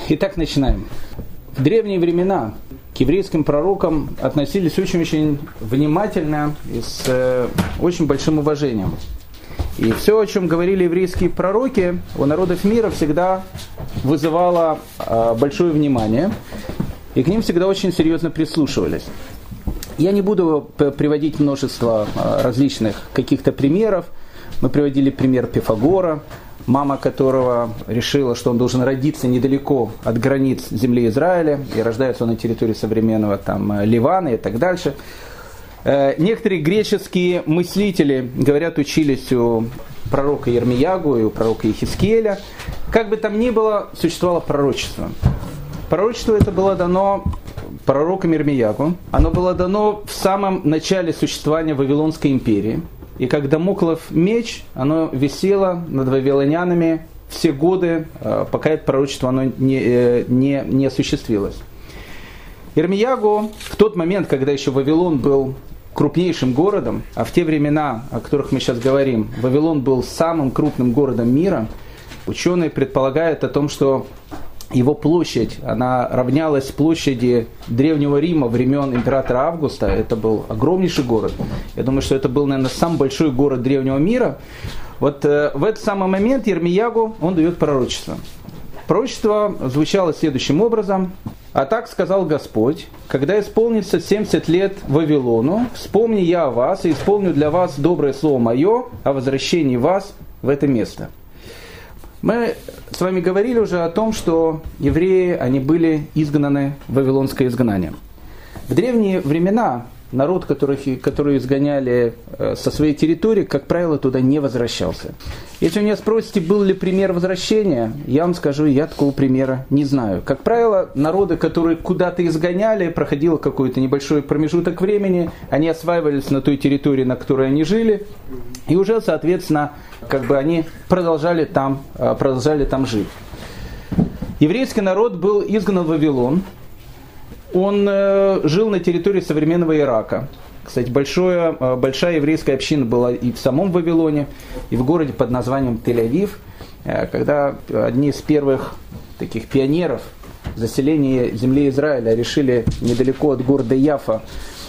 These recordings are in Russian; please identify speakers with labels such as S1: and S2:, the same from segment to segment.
S1: Итак, начинаем. В древние времена к еврейским пророкам относились очень-очень внимательно и с очень большим уважением. И все, о чем говорили еврейские пророки, у народов мира всегда вызывало большое внимание, и к ним всегда очень серьезно прислушивались. Я не буду приводить множество различных каких-то примеров. Мы приводили пример Пифагора, мама которого решила, что он должен родиться недалеко от границ земли Израиля, и рождается он на территории современного Ливана и так дальше. Некоторые греческие мыслители, говорят, учились у пророка Ирмиягу и у пророка Ихискеля. Как бы там ни было, существовало пророчество. Пророчество это было дано пророком Ирмиягу. Оно было дано в самом начале существования Вавилонской империи. И как дамоклов меч, оно висело над вавилонянами все годы, пока это пророчество оно не осуществилось. Ирмиягу в тот момент, когда еще Вавилон был крупнейшим городом, а в те времена, о которых мы сейчас говорим, Вавилон был самым крупным городом мира, ученые предполагают о том, что его площадь, она равнялась площади Древнего Рима времен императора Августа. Это был огромнейший город. Я думаю, что это был, наверное, самый большой город Древнего мира. Вот в этот самый момент Ирмиягу, он дает пророчество. Пророчество звучало следующим образом. «А так сказал Господь, когда исполнится 70 лет Вавилону, вспомни я о вас и исполню для вас доброе слово мое о возвращении вас в это место». Мы с вами говорили уже о том, что евреи, они были изгнаны в вавилонское изгнание. В древние времена народ, который изгоняли со своей территории, как правило, туда не возвращался. Если вы меня спросите, был ли пример возвращения, я вам скажу, я такого примера не знаю. Как правило, народы, которые куда-то изгоняли, проходило какой-то небольшой промежуток времени, они осваивались на той территории, на которой они жили, и уже, соответственно, они продолжали там жить. Еврейский народ был изгнан в Вавилон. Он жил на территории современного Ирака. Кстати, большая еврейская община была и в самом Вавилоне, и в городе под названием Тель-Авив, когда одни из первых таких пионеров заселения земли Израиля решили недалеко от города Яфа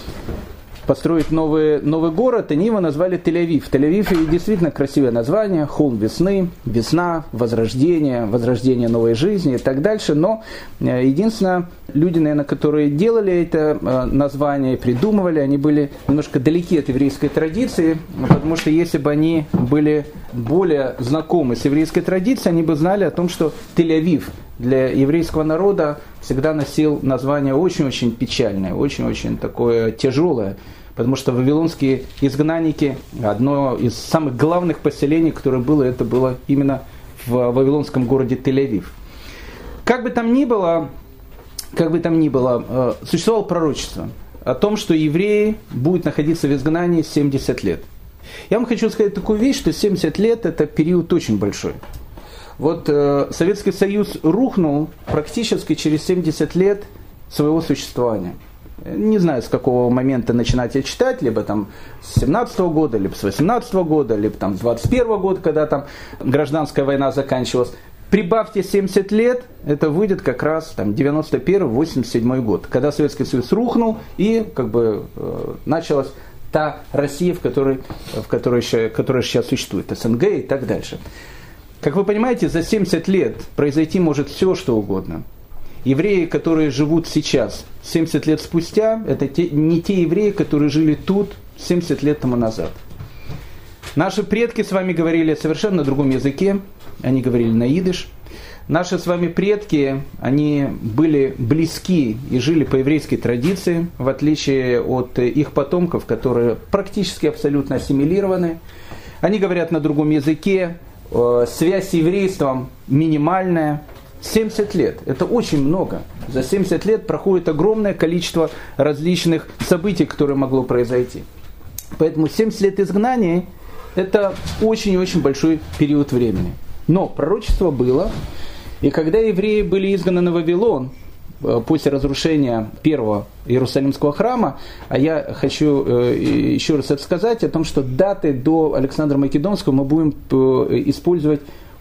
S1: построить новый город, они его назвали Тель-Авив. Тель-Авив действительно красивое название, холм весны, весна, возрождение новой жизни и так дальше. Но единственное, люди, наверное, которые делали это название и придумывали, они были немножко далеки от еврейской традиции, потому что если бы они были более знакомы с еврейской традицией, они бы знали о том, что Тель-Авив для еврейского народа всегда носил название очень-очень печальное, очень-очень такое тяжелое. Потому что вавилонские изгнанники, одно из самых главных поселений, которое было, это было именно в вавилонском городе Тель-Авив. Как бы там ни было, существовало пророчество о том, что евреи будут находиться в изгнании 70 лет. Я вам хочу сказать такую вещь, что 70 лет это период очень большой. Вот Советский Союз рухнул практически через 70 лет своего существования. Не знаю, с какого момента начинать это читать, либо с 17 года, либо с 18 года, либо с 21 года, когда гражданская война заканчивалась. Прибавьте 70 лет, это выйдет как раз 91-87 год, когда Советский Союз рухнул и началась та Россия, в которой сейчас существует, СНГ и так дальше. Как вы понимаете, за 70 лет произойти может все, что угодно. Евреи, которые живут сейчас, 70 лет спустя, это не те евреи, которые жили тут 70 лет тому назад. Наши предки с вами говорили совершенно на другом языке, они говорили на идиш. Наши с вами предки, они были близки и жили по еврейской традиции, в отличие от их потомков, которые практически абсолютно ассимилированы. Они говорят на другом языке, связь с еврейством минимальная. 70 лет – это очень много. За 70 лет проходит огромное количество различных событий, которые могло произойти. Поэтому 70 лет изгнания – это очень-очень большой период времени. Но пророчество было, и когда евреи были изгнаны на Вавилон, после разрушения первого Иерусалимского храма, а я хочу еще раз это сказать, о том, что даты до Александра Македонского мы будем использовать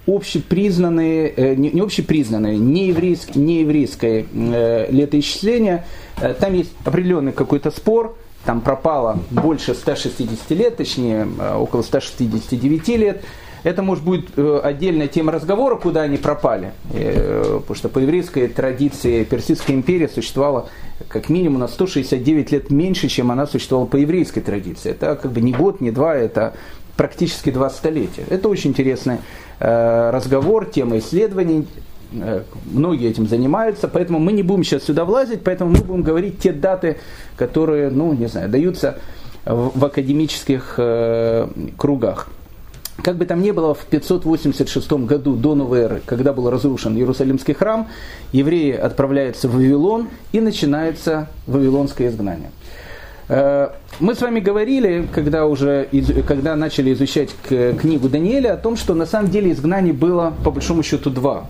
S1: общепризнанные, не общепризнанные, нееврейское летоисчисление. Там есть определенный какой-то спор, там пропало больше 160 лет, точнее около 169 лет. Это может быть отдельная тема разговора, куда они пропали. Потому что по еврейской традиции Персидская империя существовала как минимум на 169 лет меньше, чем она существовала по еврейской традиции. Это как бы не год, не два, это практически 2 столетия. Это очень интересный разговор, тема исследований. Многие этим занимаются, поэтому мы не будем сейчас сюда влазить, поэтому мы будем говорить те даты, которые, даются в академических кругах. Как бы там ни было, в 586 году до новой эры, когда был разрушен Иерусалимский храм, евреи отправляются в Вавилон и начинается вавилонское изгнание. Мы с вами говорили, когда начали изучать книгу Даниэля, о том, что на самом деле изгнаний было по большому счету 2.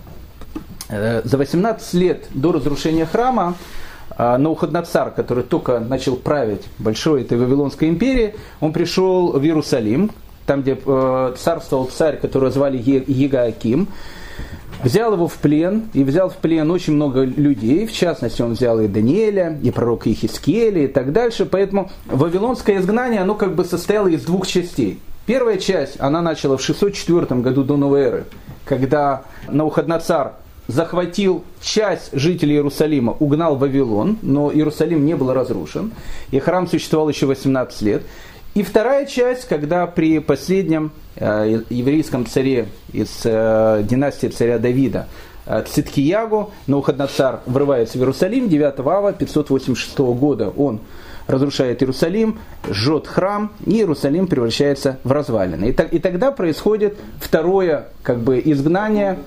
S1: За 18 лет до разрушения храма Навуходоносор, который только начал править большой этой Вавилонской империи, он пришел в Иерусалим, там, где царствовал царь, которого звали Иеоаким, взял его в плен, и взял в плен очень много людей, в частности, он взял и Даниэля, и пророка Ихискеля, и так дальше, поэтому вавилонское изгнание, оно как бы состояло из 2 частей. Первая часть, она начала в 604 году до новой эры, когда Навуходоносор захватил часть жителей Иерусалима, угнал в Вавилон, но Иерусалим не был разрушен, и храм существовал еще 18 лет. И вторая часть, когда при последнем еврейском царе из династии царя Давида Циткиягу Навуходоносор врывается в Иерусалим 9 ава 586 года. Он разрушает Иерусалим, жжет храм, и Иерусалим превращается в развалины. И тогда происходит второе изгнание,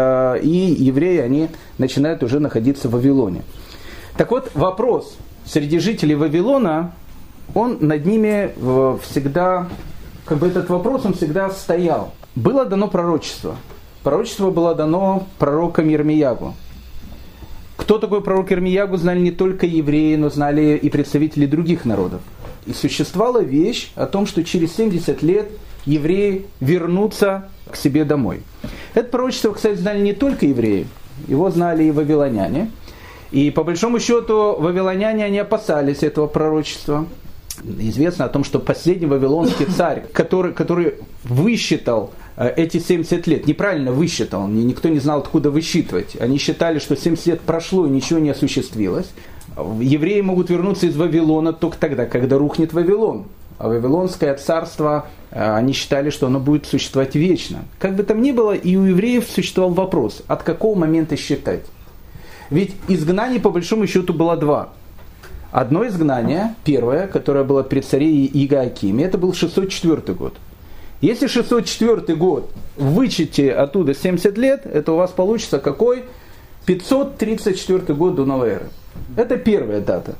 S1: и евреи они начинают уже находиться в Вавилоне. Так вот, вопрос среди жителей Вавилона, он над ними всегда, этот вопрос он всегда стоял. Было дано пророчество. Пророчество было дано пророком Ирмиягу. Кто такой пророк Ирмиягу, знали не только евреи, но знали и представители других народов. И существовала вещь о том, что через 70 лет евреи вернутся к себе домой. Это пророчество, кстати, знали не только евреи, его знали и вавилоняне. И по большому счету вавилоняне, они опасались этого пророчества. Известно о том, что последний вавилонский царь, который высчитал эти 70 лет, неправильно высчитал, никто не знал, откуда высчитывать. Они считали, что 70 лет прошло и ничего не осуществилось. Евреи могут вернуться из Вавилона только тогда, когда рухнет Вавилон. А Вавилонское царство, они считали, что оно будет существовать вечно. Как бы там ни было, и у евреев существовал вопрос, от какого момента считать. Ведь изгнаний по большому счету было 2. Одно изгнание, первое, которое было при царе Иеоакиме, это был 604 год. Если 604 год вычтите оттуда 70 лет, это у вас получится какой? 534 год до новой эры. Это первая дата.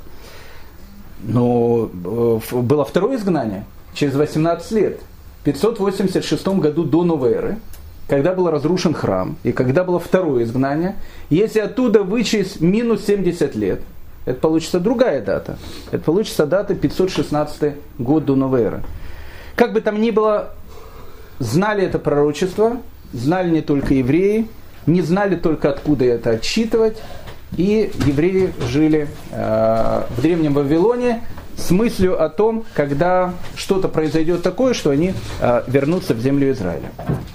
S1: Но было второе изгнание через 18 лет. В 586 году до новой эры, когда был разрушен храм, и когда было второе изгнание, если оттуда вычесть минус 70 лет, это получится другая дата. Это получится дата 516 год до новой эры. Как бы там ни было, знали это пророчество, знали не только евреи, не знали только откуда это отсчитывать, и евреи жили в Древнем Вавилоне с мыслью о том, когда что-то произойдет такое, что они вернутся в землю Израиля.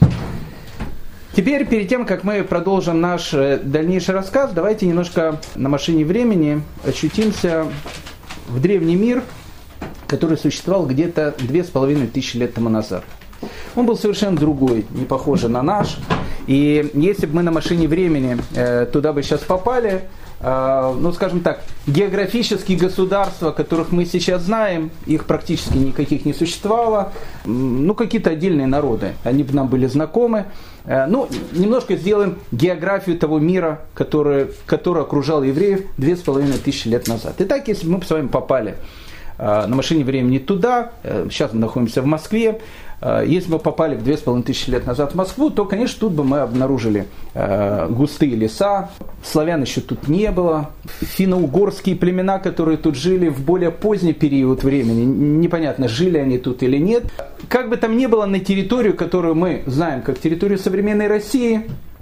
S1: Теперь, перед тем, как мы продолжим наш дальнейший рассказ, давайте немножко на машине времени очутимся в древний мир, который существовал где-то 2500 лет тому назад. Он был совершенно другой, не похожий на наш. И если бы мы на машине времени туда бы сейчас попали, скажем так, географические государства, которых мы сейчас знаем, их практически никаких не существовало. Какие-то отдельные народы, они бы нам были знакомы. Немножко сделаем географию того мира, который окружал евреев 2500 лет назад. Итак, если бы мы с вами попали на машине времени туда, сейчас мы находимся в Москве, Если бы попали в 2500 лет назад в Москву, то, конечно, тут бы мы обнаружили густые леса, славян еще тут не было, финно-угорские племена, которые тут жили в более поздний период времени, непонятно, жили они тут или нет. Как бы там ни было, на территорию, которую мы знаем как территорию современной России,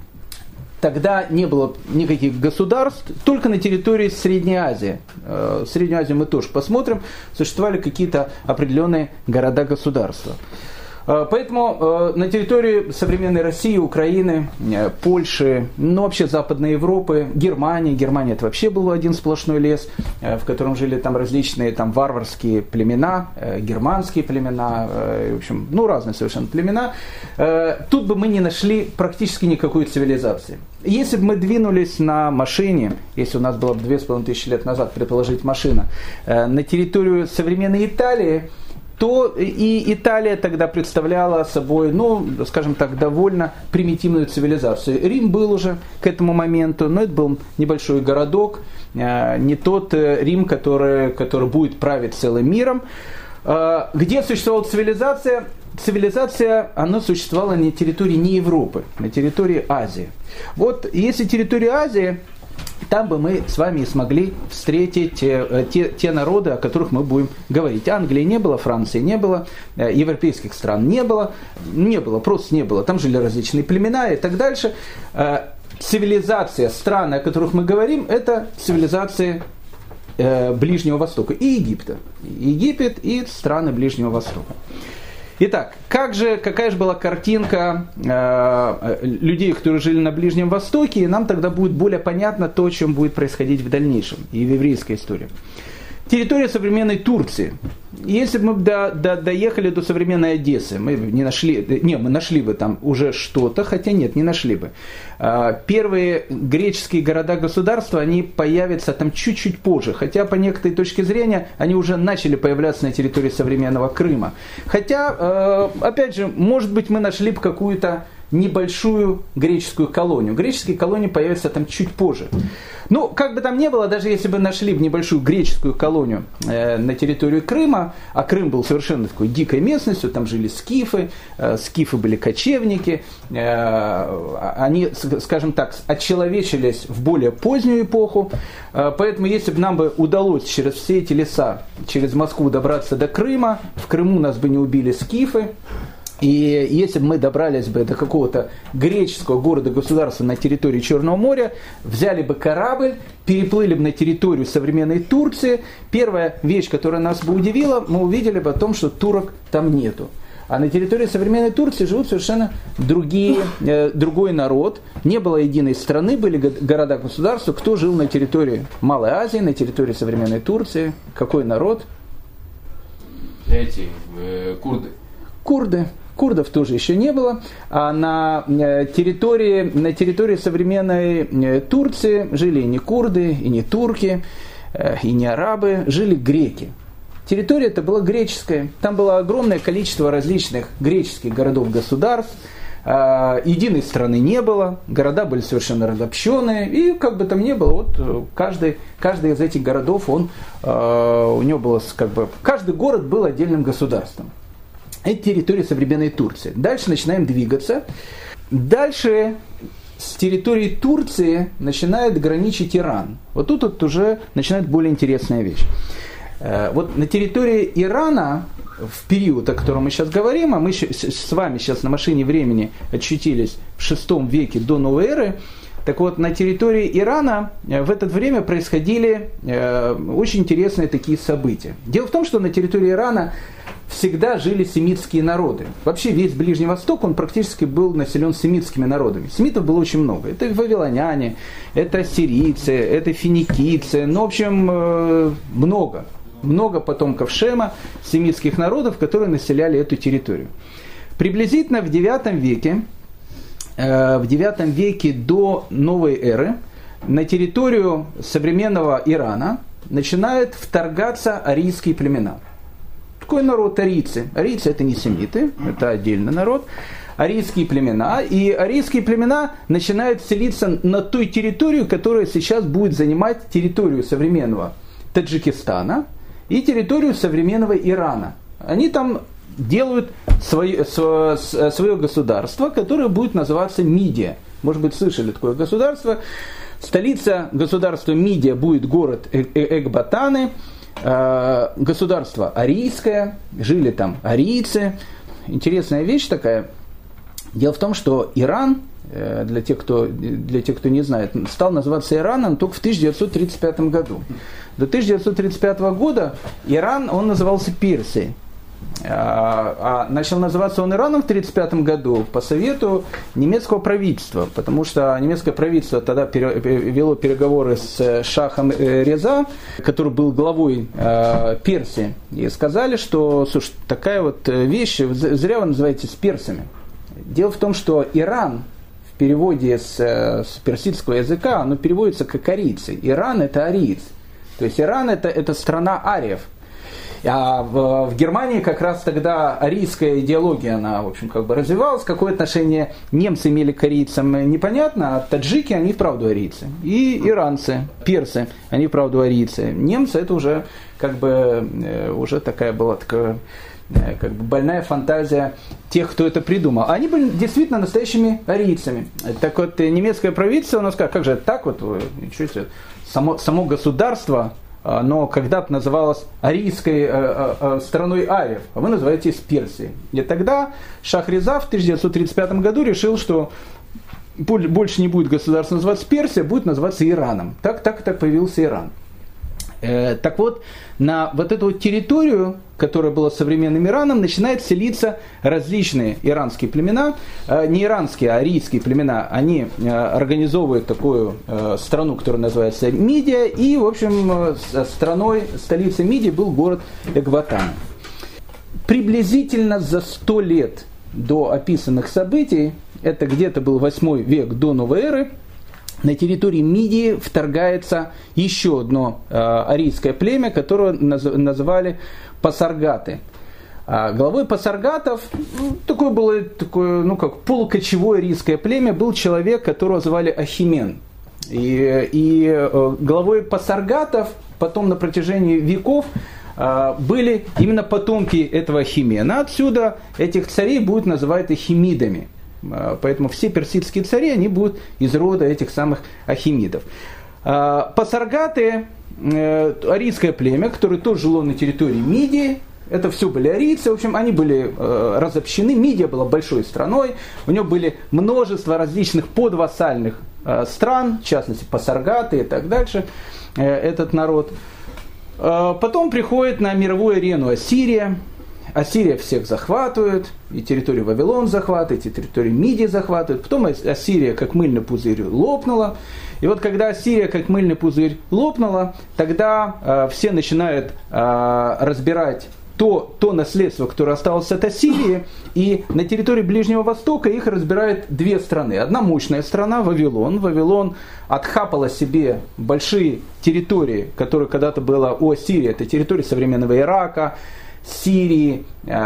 S1: тогда не было никаких государств, только на территории Средней Азии. Среднюю Азию мы тоже посмотрим, существовали какие-то определенные города-государства. Поэтому на территории современной России, Украины, Польши, ну вообще Западной Европы, Германия это вообще был один сплошной лес, в котором жили там различные там варварские племена, германские племена, в общем, ну разные совершенно племена. Тут бы мы не нашли практически никакой цивилизации. Если бы мы двинулись на машине, если у нас было бы 2500 лет назад, предположить, машина, на территорию современной Италии, то и Италия тогда представляла собой, ну, скажем так, довольно примитивную цивилизацию. Рим был уже к этому моменту, но это был небольшой городок, не тот Рим, который будет править целым миром. Где существовала цивилизация? Цивилизация, она существовала на территории не Европы, на территории Азии. Вот если территория Азии, там бы мы с вами смогли встретить те народы, о которых мы будем говорить. Англии не было, Франции не было, европейских стран не было, просто не было. Там жили различные племена и так дальше. Цивилизация, страны, о которых мы говорим, это цивилизации Ближнего Востока и Египта. Египет и страны Ближнего Востока. Итак, какая же была картинка людей, которые жили на Ближнем Востоке, и нам тогда будет более понятно то, о чем будет происходить в дальнейшем, и в еврейской истории. Территория современной Турции. Если бы мы доехали до современной Одессы, мы нашли бы там уже что-то, хотя нет, не нашли бы. Первые греческие города-государства, они появятся там чуть-чуть позже, хотя по некоторой точке зрения они уже начали появляться на территории современного Крыма. Хотя, опять же, может быть, мы нашли бы какую-то небольшую греческую колонию. Греческие колонии появятся там чуть позже. Ну, как бы там ни было, даже если бы нашли бы небольшую греческую колонию на территории Крыма, а Крым был совершенно такой дикой местностью, там жили скифы были кочевники, они, скажем так, отчеловечились в более позднюю эпоху, поэтому если бы нам бы удалось через все эти леса, через Москву добраться до Крыма, в Крыму нас бы не убили скифы, и если бы мы добрались бы до какого-то греческого города-государства на территории Черного моря, взяли бы корабль, переплыли бы на территорию современной Турции, первая вещь, которая нас бы удивила, мы увидели бы о том, что турок там нету. А на территории современной Турции живут совершенно другой народ. Не было единой страны, были города-государства. Кто жил на территории Малой Азии, на территории современной Турции? Какой народ? Курды. Курдов тоже еще не было, а на территории современной Турции жили и не курды, и не турки, и не арабы, жили греки. Территория эта была греческая, там было огромное количество различных греческих городов-государств, единой страны не было, города были совершенно разобщенные, и как бы там ни было, вот каждый из этих городов, у него было каждый город был отдельным государством. Это территория современной Турции. Дальше начинаем двигаться. Дальше с территории Турции начинает граничить Иран. Вот тут уже начинает более интересная вещь. Вот на территории Ирана, в период, о котором мы сейчас говорим, а мы с вами сейчас на машине времени очутились в VI веке до новой эры, так вот, на территории Ирана в это время происходили очень интересные такие события. Дело в том, что на территории Ирана всегда жили семитские народы. Вообще весь Ближний Восток, он практически был населен семитскими народами. Семитов было очень много. Это вавилоняне, это ассирийцы, это финикийцы. Ну, в общем, много потомков Шема, семитских народов, которые населяли эту территорию. Приблизительно в IX веке до новой эры на территорию современного Ирана начинают вторгаться арийские племена. Какой народ арийцы? Арийцы это не семиты, это отдельный народ. Арийские племена. И арийские племена начинают селиться на той территории, которая сейчас будет занимать территорию современного Таджикистана и территорию современного Ирана. Они там делают свое государство, которое будет называться Мидия. Может быть, слышали такое государство. Столица государства Мидия будет город Экбатаны. Государство арийское, жили там арийцы. Интересная вещь такая. Дело в том, что Иран, для тех, кто не знает, стал называться Ираном только в 1935 году. До 1935 года Иран, он назывался Персией. А начал называться он Ираном в 1935 году по совету немецкого правительства, потому что немецкое правительство тогда вело переговоры с шахом Реза, который был главой Персии, и сказали, что, слушай, такая вот вещь, зря вы называетесь персами. Дело в том, что Иран в переводе с персидского языка, оно переводится как арийцы. Иран – это ариец. То есть Иран – это страна ариев. А в Германии как раз тогда арийская идеология, она, в общем, как бы развивалась. Какое отношение немцы имели к арийцам, непонятно. А таджики, они вправду арийцы. И иранцы, персы, они вправду арийцы. Немцы, это уже, как бы, уже такая была такая, как бы, больная фантазия тех, кто это придумал. Они были действительно настоящими арийцами. Так вот, немецкое правительство, оно сказало, как же так вот, ничего себе, само государство, но когда-то называлось арийской страной ариев, а вы называетесь Персией. И тогда шах Реза в 1935 году решил, что больше не будет государство называться Персия, будет называться Ираном. Так появился Иран. Так вот, на вот эту вот территорию, которая была современным Ираном, начинают селиться различные иранские племена, не иранские, а арийские племена. Они организовывают такую страну, которая называется Мидия, и, в общем, столицей Мидии был город Экбатана. Приблизительно за 100 лет до описанных событий, это где-то был 8 век до новой эры, на территории Мидии вторгается еще одно арийское племя, которое называли пасаргаты. Главой пасаргатов, такое было как полукочевое арийское племя, был человек, которого звали Ахимен. И главой пасаргатов потом на протяжении веков были именно потомки этого Ахимена. Отсюда этих царей будут называть ахимидами. Поэтому все персидские цари, они будут из рода этих самых ахимидов. Пасаргаты, арийское племя, которое тоже жило на территории Мидии, это все были арийцы, в общем, они были разобщены. Мидия была большой страной, у нее были множество различных подвассальных стран, в частности пасаргаты и так дальше, этот народ. Потом приходит на мировую арену Ассирия. Ассирия всех захватывает, и территорию Вавилон захватывает, и территорию Мидии захватывает. Потом Ассирия, как мыльный пузырь, лопнула. И вот когда Ассирия, как мыльный пузырь, лопнула, тогда все начинают разбирать то наследство, которое осталось от Ассирии, и на территории Ближнего Востока их разбирают две страны. Одна мощная страна, Вавилон. Вавилон отхапала себе большие территории, которые когда-то была у Ассирии. Это территория современного Ирака, Сирии,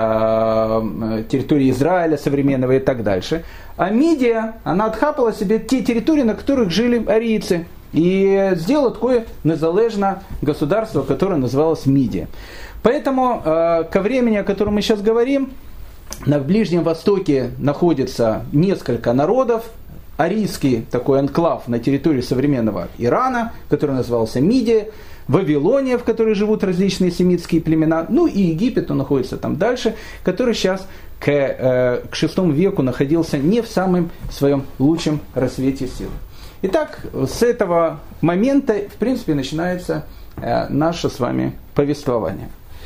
S1: территории Израиля современного и так дальше. А Мидия, она отхапала себе те территории, на которых жили арийцы. И сделала такое незалежное государство, которое называлось Мидия. Поэтому ко времени, о котором мы сейчас говорим, на Ближнем Востоке находится несколько народов. Арийский такой анклав на территории современного Ирана, который назывался Мидия. Вавилония, в которой живут различные семитские племена, ну и Египет, он находится там дальше, который сейчас к VI веку находился не в самом своем лучшем расцвете силы. Итак, с этого момента, в принципе, начинается наше с вами повествование.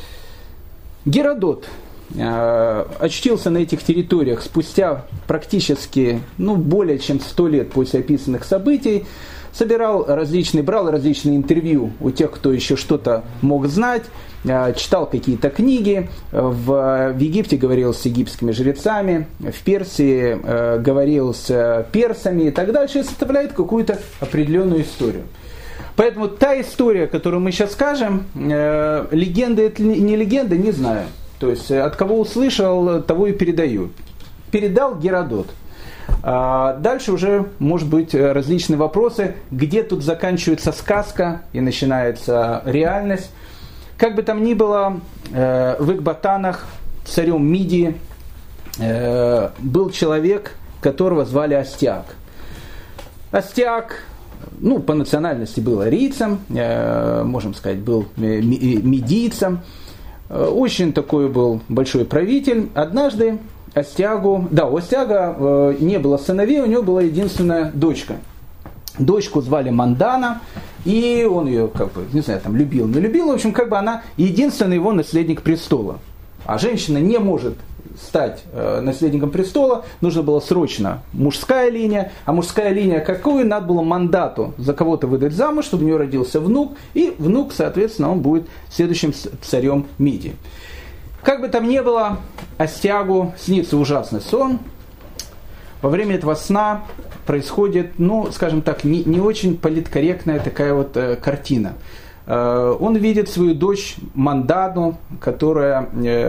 S1: Геродот очутился на этих территориях спустя практически более чем 100 лет после описанных событий, брал различные интервью у тех, кто еще что-то мог знать, читал какие-то книги, в Египте говорил с египетскими жрецами, в Персии говорил с персами и так дальше, и составляет какую-то определенную историю. Поэтому та история, которую мы сейчас скажем, легенда это не легенда, не знаю. То есть от кого услышал, того и передаю. Передал Геродот. Дальше уже, может быть, различные вопросы, где тут заканчивается сказка и начинается реальность. Как бы там ни было, в Экбатанах царем Мидии был человек, которого звали Астиаг. Астиаг, по национальности был арийцем, можем сказать, был медийцем. Очень такой был большой правитель. Однажды у Астиага не было сыновей, у него была единственная дочка. Дочку звали Мандана, и он ее, любил, не любил. В общем, она единственный его наследник престола. А женщина не может стать наследником престола, нужно было срочно мужская линия, а мужская линия какую? Надо было мандату за кого-то выдать замуж, чтобы у нее родился внук, и внук, соответственно, он будет следующим царем Мидии. Как бы там ни было, Астиагу снится ужасный сон. Во время этого сна происходит, не очень политкорректная такая картина. Он видит свою дочь Мандану, которая,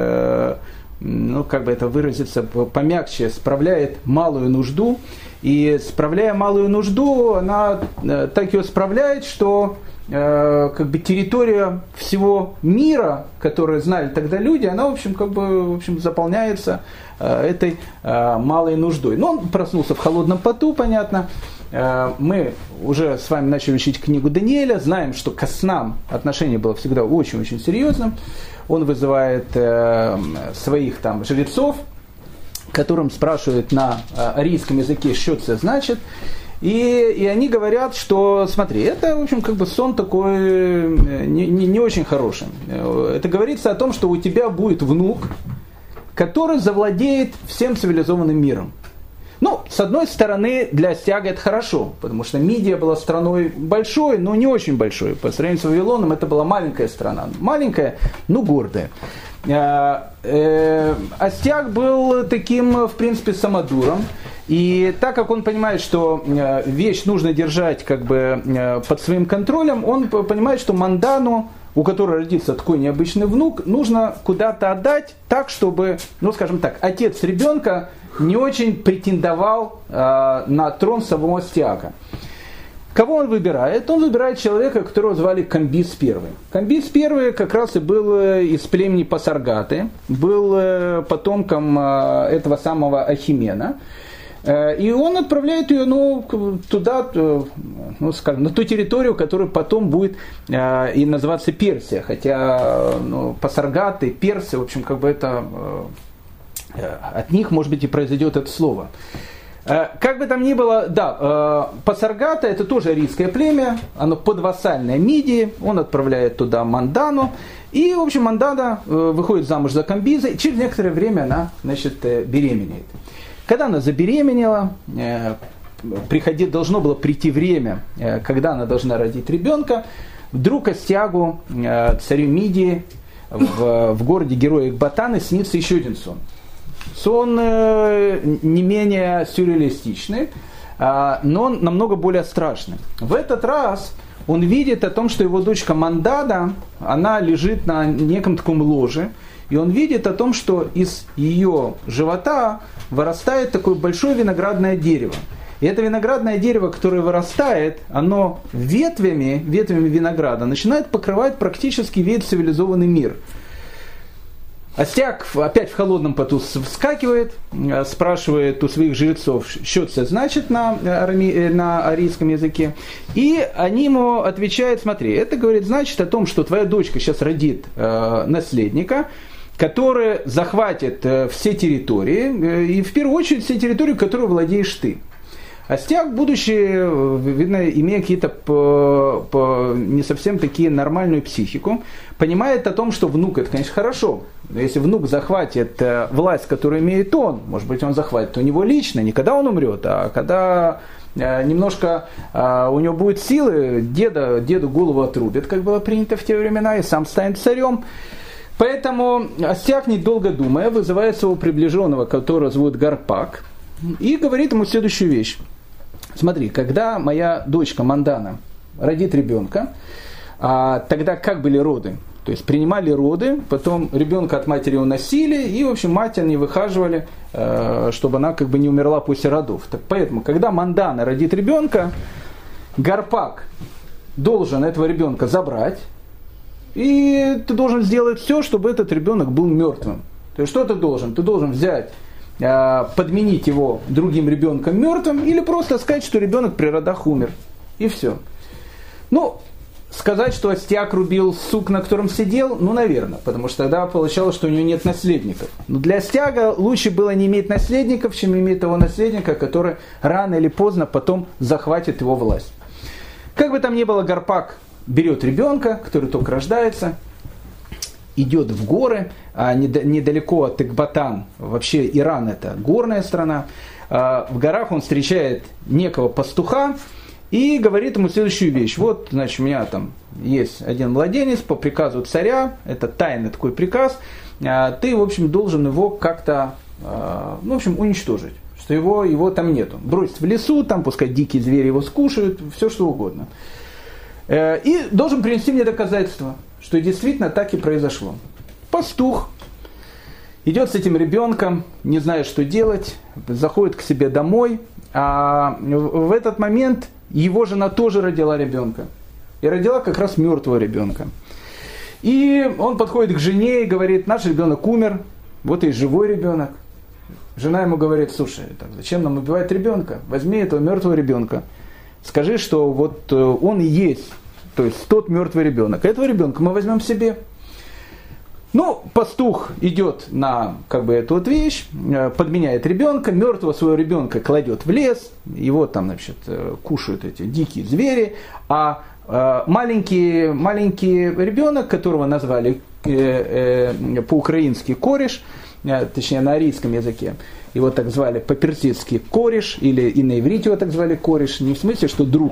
S1: это выразиться помягче, справляет малую нужду. И справляя малую нужду, она так ее справляет, что территория всего мира, которую знали тогда люди, она, заполняется этой малой нуждой. Но он проснулся в холодном поту, понятно. Мы уже с вами начали учить книгу Даниэля, знаем, что к снам отношение было всегда очень-очень серьезным. Он вызывает своих жрецов, которым спрашивают на арийском языке, что это значит. И они говорят, что, смотри, это, сон такой не очень хороший. Это говорится о том, что у тебя будет внук, который завладеет всем цивилизованным миром. С одной стороны, для Астиага это хорошо, потому что Мидия была страной большой, но не очень большой. По сравнению с Вавилоном, это была маленькая страна. Маленькая, но гордая. Астиаг был таким, в принципе, самодуром. И так как он понимает, что вещь нужно держать под своим контролем, он понимает, что Мандану, у которой родится такой необычный внук, нужно куда-то отдать так, чтобы, отец ребенка не очень претендовал на трон самого Астиага. Кого он выбирает? Он выбирает человека, которого звали Камбис I. Камбис I как раз и был из племени Пасаргаты, был потомком этого самого Ахимена. И он отправляет ее туда, на ту территорию, которая потом будет и называться Персия. Хотя Пасаргаты, персы, это от них, может быть, и произойдет это слово. Как бы там ни было, Пасаргата это тоже арийское племя, оно подвассальное Мидии, он отправляет туда Мандану, и, в общем, Мандана выходит замуж за Камбиза, и через некоторое время она, беременеет. Когда она забеременела, должно было прийти время, когда она должна родить ребенка, вдруг Астиагу, царю Мидии, в городе героя Экбатаны снится еще один сон. Сон не менее сюрреалистичный, но он намного более страшный. В этот раз он видит о том, что его дочка Мандана, она лежит на неком таком ложе, и он видит о том, что из ее живота вырастает такое большое виноградное дерево. И это виноградное дерево, которое вырастает, оно ветвями винограда начинает покрывать практически весь цивилизованный мир. Астиаг опять в холодном поту вскакивает, спрашивает у своих жрецов, что это значит на арийском языке. И они ему отвечают, смотри, это говорит, значит о том, что твоя дочка сейчас родит наследника, который захватит все территории, и в первую очередь все территории, которыми владеешь ты. Астиаг, будучи, видно, имея какие-то не совсем такие нормальную психику, понимает о том, что внук это, конечно, хорошо. Но если внук захватит власть, которую имеет он, может быть, он захватит у него лично, не когда он умрет, а когда немножко у него будет силы, деду голову отрубит, как было принято в те времена, и сам станет царем. Поэтому Астиаг, недолго думая, вызывает своего приближенного, которого зовут Гарпак, и говорит ему следующую вещь. Смотри, когда моя дочка Мандана родит ребенка, тогда как были роды? То есть принимали роды, потом ребенка от матери уносили, и, в общем, мать они выхаживали, чтобы она не умерла после родов. Так поэтому, когда Мандана родит ребенка, Гарпак должен этого ребенка забрать, и ты должен сделать все, чтобы этот ребенок был мертвым. То есть что ты должен? Ты должен взять, подменить его другим ребенком мертвым или просто сказать, что ребенок при родах умер. И все. Ну, сказать, что Астиаг рубил сук, на котором сидел, ну, наверное, потому что тогда получалось, что у него нет наследников. Но для Астиага лучше было не иметь наследников, чем иметь того наследника, который рано или поздно потом захватит его власть. Как бы там ни было, Гарпак берет ребенка, который только рождается, идет в горы, недалеко от Экбатан, вообще Иран это горная страна, в горах он встречает некого пастуха, и говорит ему следующую вещь. Вот, значит, у меня там есть один младенец по приказу царя, это тайный такой приказ, ты, в общем, должен его как-то, ну, в общем, уничтожить, что его там нету. Бросить в лесу, там пускай дикие звери его скушают, все что угодно. И должен принести мне доказательства, что действительно так и произошло. Пастух идет с этим ребенком, не зная, что делать, заходит к себе домой, а в этот момент его жена тоже родила ребенка. И родила как раз мертвого ребенка. И он подходит к жене и говорит, наш ребенок умер, вот и живой ребенок. Жена ему говорит, слушай, так, зачем нам убивать ребенка? Возьми этого мертвого ребенка. Скажи, что вот он и есть, то есть тот мертвый ребенок. Этого ребенка мы возьмем себе. Ну, пастух идет на эту вот вещь, подменяет ребенка, мертвого своего ребенка кладет в лес, его там, значит, кушают эти дикие звери, а маленький ребенок, которого назвали по-украински кореш, точнее на арийском языке, его так звали по-персидски кореш, или и на иврите его так звали кореш, не в смысле, что друг,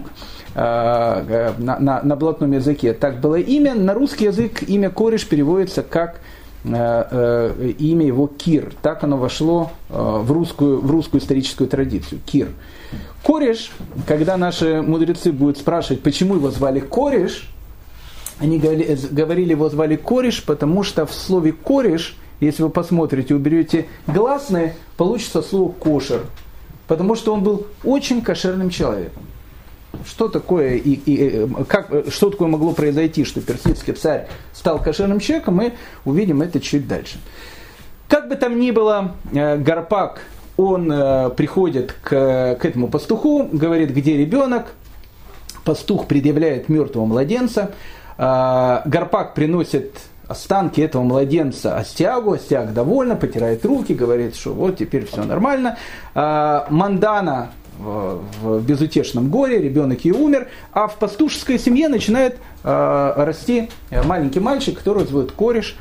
S1: на блатном языке так было имя, на русский язык имя кореш переводится как имя его Кир, так оно вошло в русскую историческую традицию, Кир. Кореш, когда наши мудрецы будут спрашивать, почему его звали кореш, они говорили, его звали кореш, потому что в слове кореш, если вы посмотрите, уберете гласные, получится слово кошер, потому что он был очень кошерным человеком. Что такое что такое могло произойти, что персидский царь стал кошерным человеком, мы увидим это чуть дальше. Как бы там ни было, Гарпак, он приходит к этому пастуху, говорит, где ребенок, пастух предъявляет мертвого младенца, Гарпак приносит останки этого младенца Астиагу, Астиаг довольно, потирает руки, говорит, что вот теперь все нормально. Мандана в безутешном горе, ребенок и умер, а в пастушеской семье начинает расти маленький мальчик, которого зовут Кореш,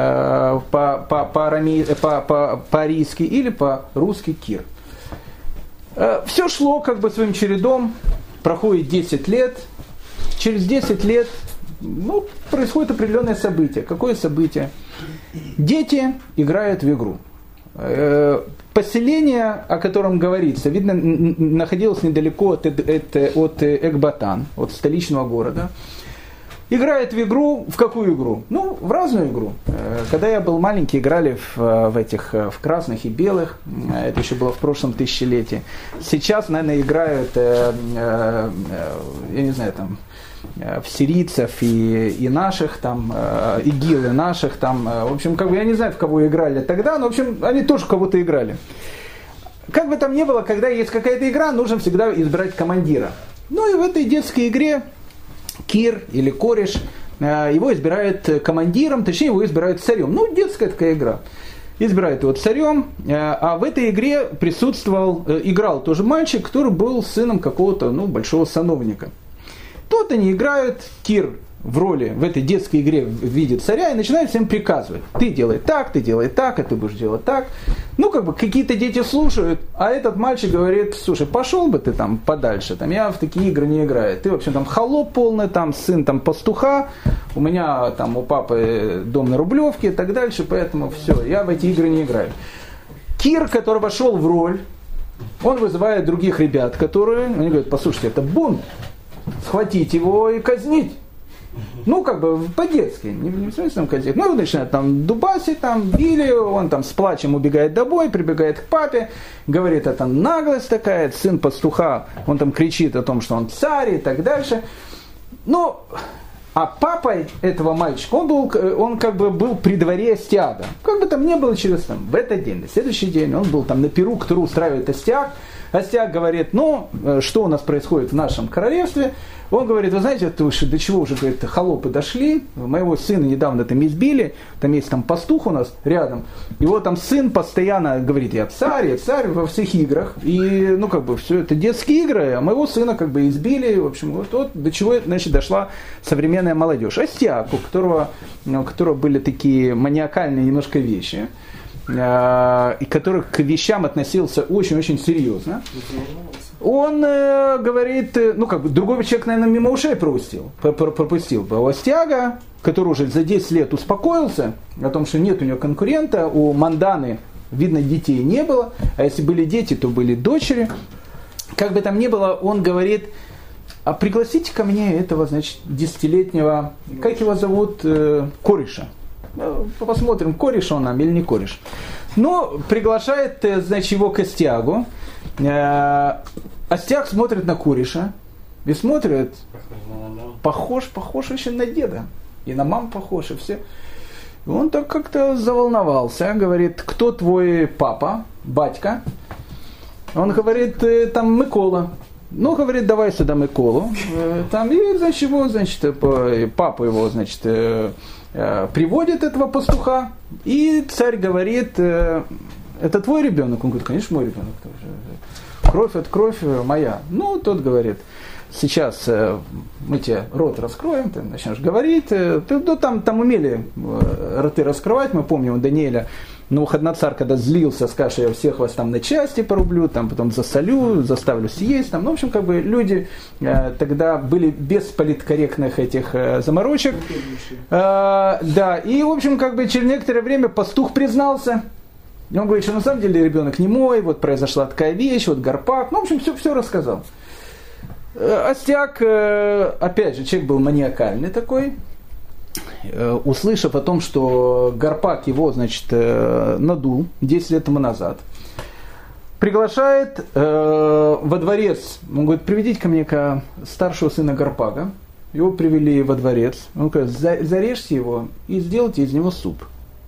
S1: по-арийски или по-русски Кир. Все шло как бы своим чередом, проходит 10 лет, через 10 лет происходит определенное событие. Какое событие? Дети играют в игру. Поселение, о котором говорится, видно, находилось недалеко от Экбатан, от столичного города. Играет в игру. В какую игру? Ну, в разную игру. Когда я был маленький, играли в красных и белых. Это еще было в прошлом тысячелетии. Сейчас, наверное, играют, я не знаю, там, в сирийцев и наших, там, игилы наших, там, в общем, я не знаю, в кого играли тогда, но, в общем, они тоже в кого-то играли. Как бы там ни было, когда есть какая-то игра, нужно всегда избрать командира. Ну и в этой детской игре Кир или Кореш, его избирают командиром, точнее, его избирают царем. Ну, детская такая игра. Избирают его царем, а в этой игре играл тоже мальчик, который был сыном какого-то, большого сановника. Тут они играют, Кир в роли в этой детской игре в виде царя и начинает всем приказывать. Ты делай так, а ты будешь делать так. Какие-то дети слушают, а этот мальчик говорит, слушай, пошел бы ты там подальше, там, я в такие игры не играю. Ты вообще там холоп полный, там, сын там пастуха, у меня там у папы дом на Рублевке и так дальше, поэтому все, я в эти игры не играю. Кир, который вошел в роль, он вызывает других ребят, они говорят, послушайте, это бунт. Схватить его и казнить. По-детски, не в смысле казнить. Начинают там дубасить, там били, он там с плачем убегает домой, прибегает к папе, говорит, это наглость такая, сын пастуха, он там кричит о том, что он царь и так дальше. А папой этого мальчика, он как бы был при дворе Астиага. Как бы там ни было, через там, в этот день, на следующий день, он был там на перу, который устраивает Астиаг. Астиаг говорит, ну, что у нас происходит в нашем королевстве? Он говорит, вы знаете, до чего уже, говорит, холопы дошли, моего сына недавно там избили, там есть там пастух у нас рядом, его там сын постоянно говорит, я царь во всех играх, и, ну, как бы, все это детские игры, а моего сына как бы избили, в общем, вот до чего, значит, дошла современная молодежь. Астиаг, у которого были такие маниакальные немножко вещи, и который к вещам относился очень-очень серьезно. Он говорит, ну как бы другой человек, наверное, мимо ушей пропустил. А у Астиага, который уже за 10 лет успокоился о том, что нет у него конкурента, у Манданы, видно, детей не было, а если были дети, то были дочери. Как бы там ни было, он говорит, а пригласите ко мне этого, значит, 10-летнего, как его зовут, кореша. Посмотрим, кореш он нам или не кореш. Но приглашает, значит, его к Астиагу. Астиаг смотрит на кореша и смотрит, похож очень на деда. И на маму похож, и все. И он так как-то заволновался, говорит, кто твой папа, батька? Он говорит, там Микола. Ну, говорит, давай сюда Миколу. Там, и, значит, его, значит, папа его, значит, приводит этого пастуха, и царь говорит, это твой ребенок? Он говорит, конечно, мой ребенок. Кровь от кровь моя. Ну, тот говорит, сейчас мы тебе рот раскроем, ты начнешь говорить. Там умели роты раскрывать, мы помним у Даниэля. Навуходоносор, когда злился, скажет, я всех вас там на части порублю, там потом засолю, заставлю съесть. Там. Ну, в общем, как бы люди тогда были без политкорректных этих заморочек. Да, и, в общем, как бы через некоторое время пастух признался. И он говорит, что на самом деле ребенок не мой, вот произошла такая вещь, вот Гарпак. Ну, в общем, все рассказал. Астиаг, опять же, человек был маниакальный такой. Услышав о том, что Гарпак его, значит, надул 10 лет тому назад, приглашает во дворец. Он говорит, приведите ко мне старшего сына Гарпага. Его привели во дворец. Он говорит, зарежьте его и сделайте из него суп.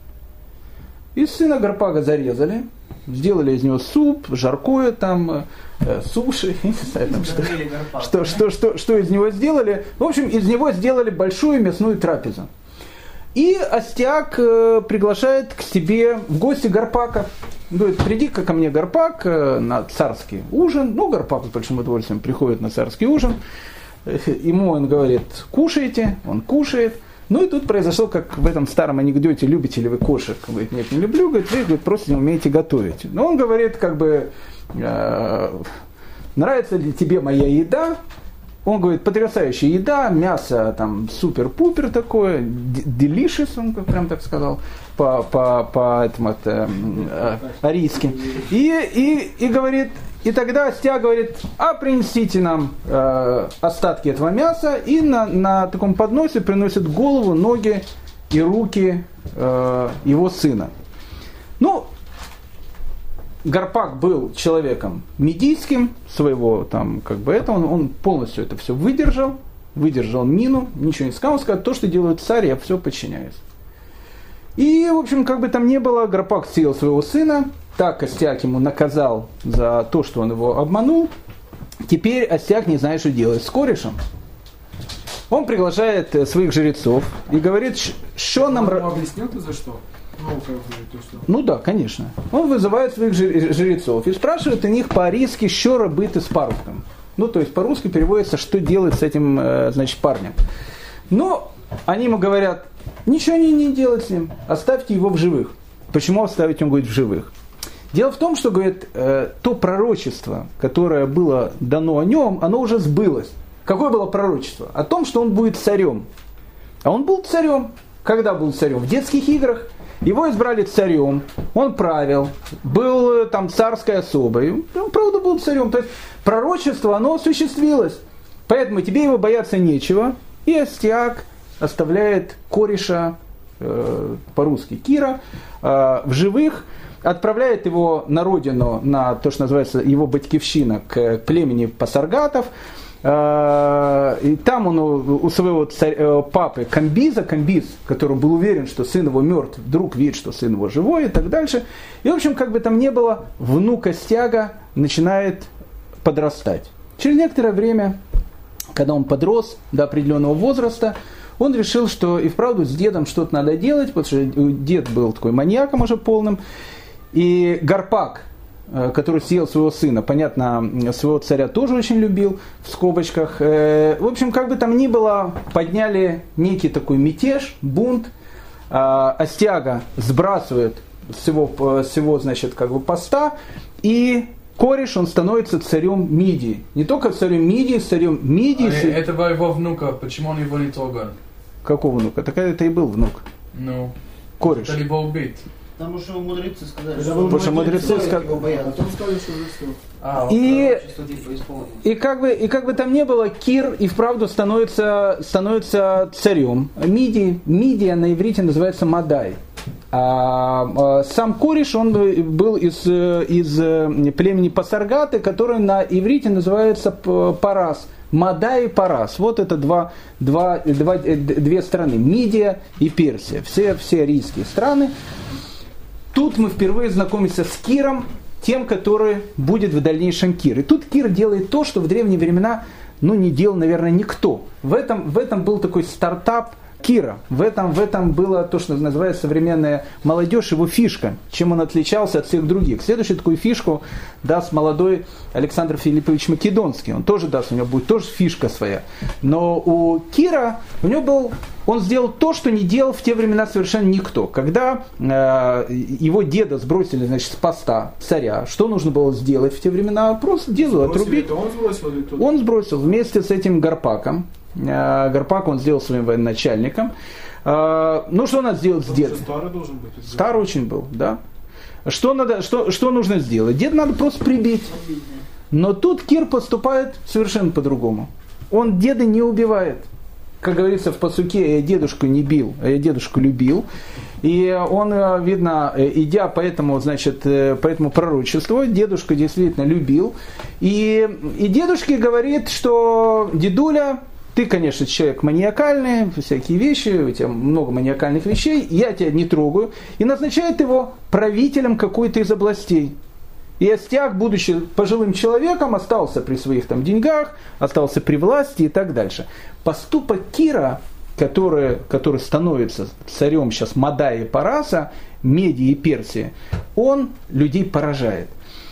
S1: И сына Гарпага зарезали, сделали из него суп, жаркое там, суши, не знаю, там, что из него сделали. В общем, из него сделали большую мясную трапезу. И Астиаг приглашает к себе в гости Гарпака. Говорит, приди-ка ко мне, Гарпак, на царский ужин. Ну, Гарпак с большим удовольствием приходит на царский ужин. Ему он говорит, кушайте, он кушает. Ну и тут произошло, как в этом старом анекдоте, любите ли вы кошек? Он говорит, нет, не люблю, говорит, вы, говорит, просто не умеете готовить. Но он говорит, как бы, нравится ли тебе моя еда? Он говорит, потрясающая еда, мясо там супер-пупер такое, delicious, он прям так сказал, по этому арийски. И говорит, и тогда Астиаг говорит, а принесите нам остатки этого мяса, и на таком подносе приносит голову, ноги и руки его сына. Ну, Гарпак был человеком медийским своего, там, как бы это, он полностью это все выдержал мину, ничего не сказал, он сказал, то, что делает царь, я все подчиняюсь. И, в общем, как бы там ни было, Гарпак съел своего сына, так Астиаг ему наказал за то, что он его обманул. Теперь Астиаг не знает, что делать с корешем. Он приглашает своих жрецов и говорит, что нам...
S2: Он объяснил, ты за что?
S1: Ну да, конечно. Он вызывает своих жрецов и спрашивает у них по-арийски, что робити с парубком. Ну, то есть по-русски переводится, что делать с этим, значит, парнем. Но они ему говорят, ничего не делать с ним, оставьте его в живых. Почему оставить, он говорит, в живых? Дело в том, что, говорит, то пророчество, которое было дано о нем, оно уже сбылось. Какое было пророчество? О том, что он будет царем. А он был царем. Когда был царем? В детских играх. Его избрали царем, он правил, был там царской особой, он правда был царем. То есть пророчество, оно осуществилось. Поэтому тебе его бояться нечего. И Астиаг оставляет кореша, по-русски Кира, в живых, отправляет его на родину, на то, что называется его батькивщина, к племени пасаргатов. И там он у своего папы Камбиз, который был уверен, что сын его мертв, вдруг видит, что сын его живой и так дальше. И, в общем, как бы там ни было, внук Астиага начинает подрастать. Через некоторое время, когда он подрос до определенного возраста, он решил, что и вправду с дедом что-то надо делать, потому что дед был такой маньяком уже полным. И Гарпак, который съел своего сына, понятно, своего царя тоже очень любил, в скобочках. В общем, как бы там ни было, подняли некий такой мятеж, бунт. Астиага сбрасывает с его, значит, как бы поста, и Кореш, он становится царем Мидии. Не только царем Мидии, царем Мидии.
S2: Это его внука, почему он его не трогал?
S1: Какого внука? Так это и был внук.
S2: Ну,
S1: Кореш.
S2: это его убить.
S3: Потому что мудрецы сказали,
S1: Потому что мудрецы сказали,
S3: потом сказали, что застрял.
S1: И как бы там ни было, Кир и вправду становится царем Мидии. Мидия на иврите называется Мадай. Сам Кореш, он был из племени Пасаргаты, который на иврите называется Парас. Мадай и Парас. Вот это две страны. Мидия и Персия. Все арийские страны. Тут мы впервые знакомимся с Киром, тем, который будет в дальнейшем Кир. И тут Кир делает то, что в древние времена не делал, наверное, никто. В этом был такой стартап Кира. В этом было то, что называется современная молодежь, его фишка, чем он отличался от всех других. Следующую такую фишку даст молодой Александр Филиппович Македонский. Он тоже даст, у него будет тоже фишка своя. Но у Кира, он сделал то, что не делал в те времена совершенно никто. Когда его деда сбросили, значит, с поста царя, что нужно было сделать в те времена? Просто деду отрубить. Он сбросил вместе с этим Гарпаком. Гарпак он сделал своим военачальником. Что надо сделать с дедом?
S4: Старый должен быть.
S1: Старый очень был, да. Что нужно сделать? Деда надо просто прибить. Но тут Кир поступает совершенно по-другому. Он деда не убивает. Как говорится в пасуке, я дедушку не бил, а я дедушку любил. И он, видно, идя по этому пророчеству, дедушку действительно любил. И дедушке говорит, что дедуля, ты, конечно, человек маниакальный, всякие вещи, у тебя много маниакальных вещей, я тебя не трогаю. И назначает его правителем какой-то из областей. И Астиаг, будучи пожилым человеком, остался при своих деньгах, остался при власти и так дальше. Поступок Кира, который становится царем сейчас Мадая и Параса, Медии и Персии, он людей поражает.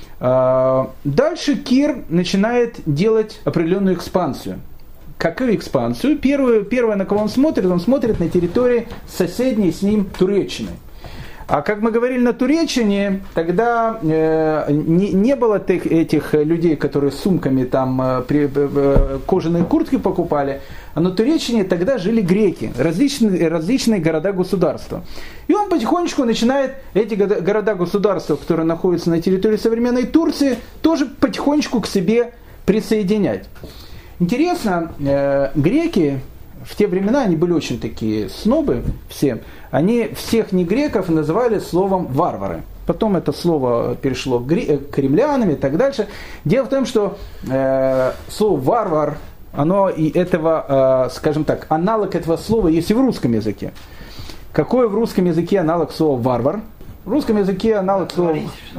S1: Дальше Кир начинает делать определенную экспансию. Какую экспансию? Первое, на кого он смотрит на территории соседней с ним Туреччины. А как мы говорили на Туреччине, тогда не было этих людей, которые с сумками кожаные куртки покупали, а на Туреччине тогда жили греки, различные города-государства. И он потихонечку начинает эти города-государства, которые находятся на территории современной Турции, тоже потихонечку к себе присоединять. Интересно, греки в те времена, они были очень такие снобы все, они всех негреков называли словом варвары. Потом это слово перешло к римлянам и так дальше. Дело в том, что слово варвар, оно и этого, скажем так, аналог этого слова есть и в русском языке. Какой в русском языке аналог слова варвар? В русском языке аналог слова...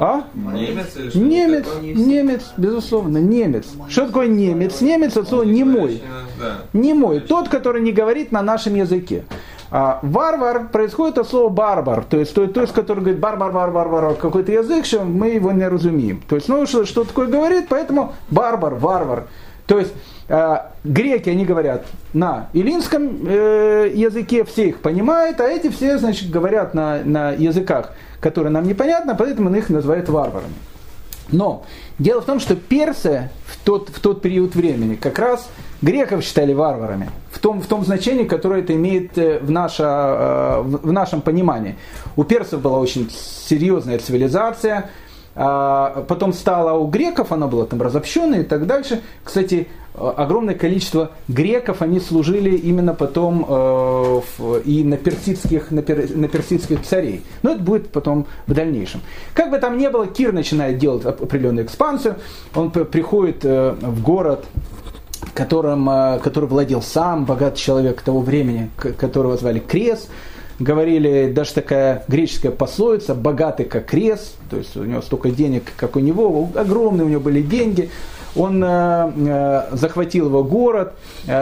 S1: Немец, безусловно, немец. Что такое немец? Немец от слова немой. Немой, тот, который не говорит на нашем языке. Варвар происходит от слова барбар, то есть который говорит барбар, какой-то язык, что мы его не разумеем. То есть, что такое говорит, поэтому барбар, варвар. То есть, греки, они говорят на эллинском языке, все их понимают, а эти все, значит, говорят на языках, которые нам непонятны, поэтому их называют варварами. Но дело в том, что персы в тот период времени как раз греков считали варварами, в том значении, которое это имеет в нашем понимании. У персов была очень серьезная цивилизация, потом стало у греков, она была разобщенная и так дальше. Кстати, огромное количество греков, они служили именно потом и на персидских царей. Но это будет потом в дальнейшем. Как бы там ни было, Кир начинает делать определенную экспансию. Он приходит в город который владел сам богатый человек того времени, которого звали Крес. Говорили, даже такая греческая пословица, богатый как Крес, то есть у него столько денег, как у него, огромные у него были деньги. Он захватил его город,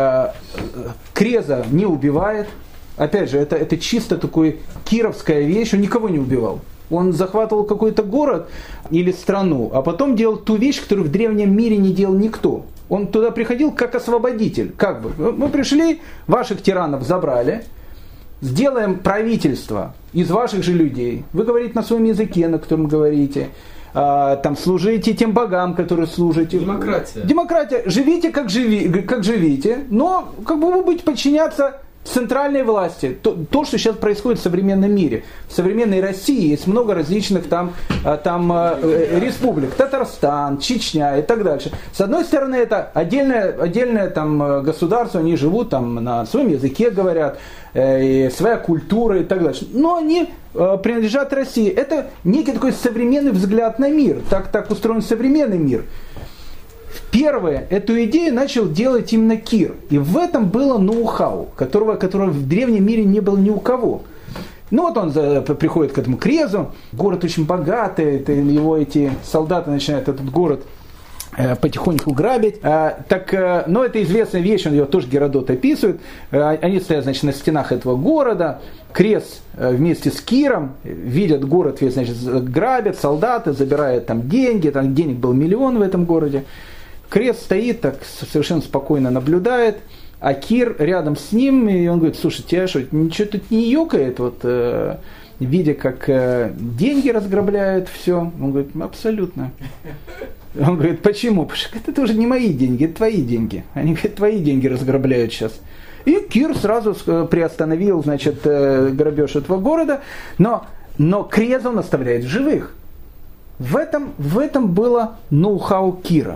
S1: Креза не убивает. Опять же, это чисто такой кировская вещь, он никого не убивал. Он захватывал какой-то город или страну, а потом делал ту вещь, которую в древнем мире не делал никто. Он туда приходил как освободитель. Как бы, мы пришли, ваших тиранов забрали, сделаем правительство из ваших же людей. Вы говорите на своем языке, на котором говорите. Там служите тем богам, которые служите.
S2: Демократия.
S1: Демократия. Живите, как живите, но как бы вы будете подчиняться центральной власти. То, что сейчас происходит в современном мире. В современной России есть много различных там республик. Татарстан, Чечня и так дальше. С одной стороны, это отдельное там государство, они живут там на своем языке, говорят, и своя культура и так дальше. Но они принадлежат России. Это некий такой современный взгляд на мир. Так устроен современный мир. Первое, эту идею начал делать именно Кир. И в этом было ноу-хау, которого в древнем мире не было ни у кого. Ну вот он приходит к этому Крезу, город очень богатый, его эти солдаты начинают этот город потихоньку грабить. Но это известная вещь, он ее тоже Геродот описывает. Они стоят, значит, на стенах этого города. Крез вместе с Киром видят город весь, значит, грабят, солдаты забирают там деньги, там денег был 1 миллион в этом городе. Крез стоит, так совершенно спокойно наблюдает, а Кир рядом с ним, и он говорит: слушай, тебя что, ничего тут не ёкает, видя, как деньги разграбляют, все. Он говорит: абсолютно. Он говорит: почему? Потому что это уже не мои деньги, это твои деньги. Они говорят: твои деньги разграбляют сейчас. И Кир сразу приостановил, значит, грабеж этого города, но Креза он оставляет в живых. В этом было ноу-хау Кира.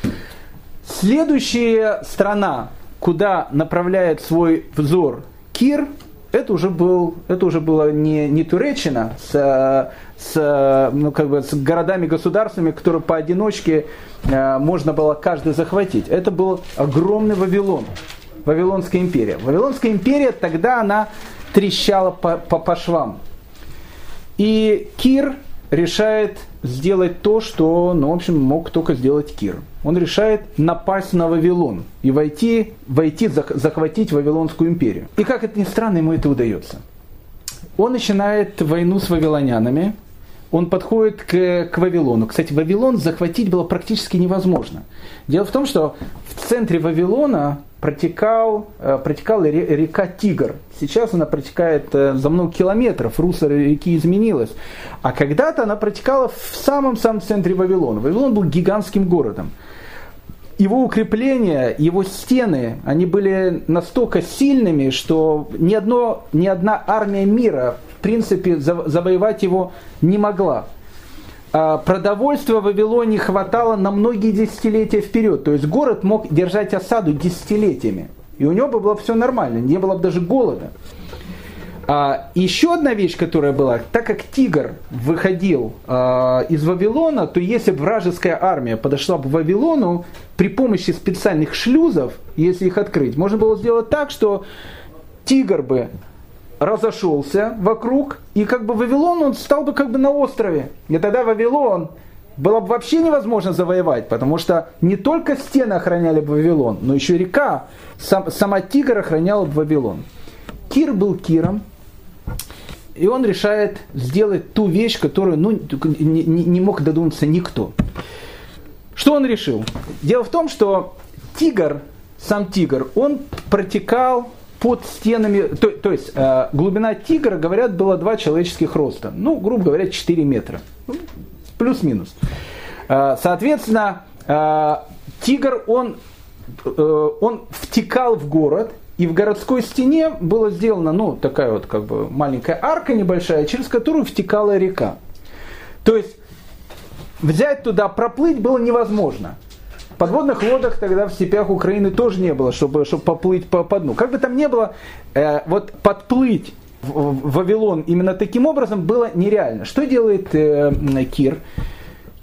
S1: Следующая страна, куда направляет свой взор Кир, это уже было не Туреччина с городами-государствами, которые поодиночке можно было каждый захватить. Это был огромный Вавилон, Вавилонская империя. Вавилонская империя тогда она трещала по швам. И Кир решает сделать то, что, в общем, мог только сделать Кир. Он решает напасть на Вавилон и войти захватить Вавилонскую империю. И как это ни странно, ему это удается. Он начинает войну с вавилонянами, он подходит к Вавилону. Кстати, Вавилон захватить было практически невозможно. Дело в том, что в центре Вавилона протекала река Тигр. Сейчас она протекает за много километров, русло реки изменилось. А когда-то она протекала в самом-самом центре Вавилона. Вавилон был гигантским городом. Его укрепления, его стены, они были настолько сильными, что ни одна армия мира, в принципе, завоевать его не могла. Продовольствия в Вавилоне хватало на многие десятилетия вперед. То есть город мог держать осаду десятилетиями. И у него бы было все нормально, не было бы даже голода. Еще одна вещь, которая была, так как Тигр выходил из Вавилона, то если бы вражеская армия подошла бы к Вавилону, при помощи специальных шлюзов, если их открыть, можно было сделать так, что Тигр бы разошелся вокруг, и как бы Вавилон, он стал бы как бы на острове. И тогда Вавилон было бы вообще невозможно завоевать, потому что не только стены охраняли бы Вавилон, но еще река, сама Тигр охраняла бы Вавилон. Кир был Киром, и он решает сделать ту вещь, которую не мог додуматься никто. Что он решил? Дело в том, что сам Тигр, он протекал под стенами, то есть глубина Тигра, говорят, была 2 человеческих роста. Грубо говоря, 4 метра. Плюс-минус. Соответственно, Тигр, он втекал в город, и в городской стене была сделана, такая вот как бы маленькая арка небольшая, через которую втекала река. То есть взять туда, проплыть было невозможно. Подводных лодок тогда в степях Украины тоже не было, чтобы поплыть по дну. Как бы там ни было, подплыть в Вавилон именно таким образом было нереально. Что делает Кир?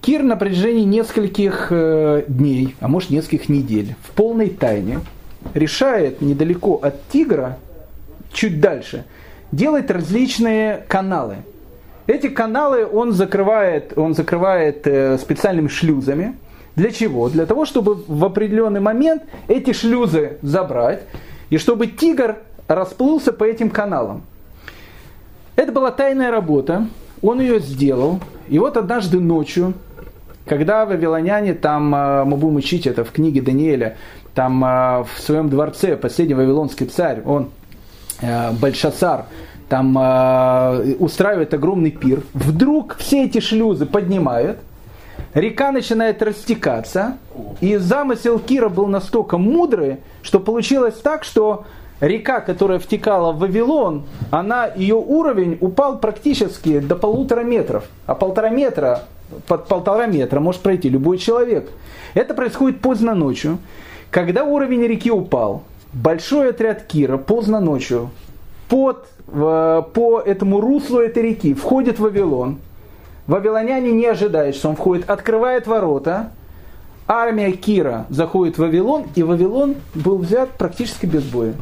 S1: Кир на протяжении нескольких дней, а может нескольких недель, в полной тайне решает недалеко от Тигра, чуть дальше, делать различные каналы. Эти каналы он закрывает специальными шлюзами. Для чего? Для того, чтобы в определенный момент эти шлюзы забрать, и чтобы Тигр расплылся по этим каналам. Это была тайная работа, он ее сделал. И вот однажды ночью, когда вавилоняне, там мы будем учить это в книге Даниэля, там в своем дворце последний вавилонский царь, он, Бельшацар, там устраивает огромный пир. Вдруг все эти шлюзы поднимают, река начинает растекаться, и замысел Кира был настолько мудрый, что получилось так, что река, которая втекала в Вавилон, ее уровень упал практически до 1,5 метра. А под 1,5 метра может пройти любой человек. Это происходит поздно ночью. Когда уровень реки упал, большой отряд Кира поздно ночью по этому руслу этой реки входит в Вавилон. Вавилоняне не ожидают, что он входит, открывает ворота. Армия Кира заходит в Вавилон, и Вавилон был взят практически без боя.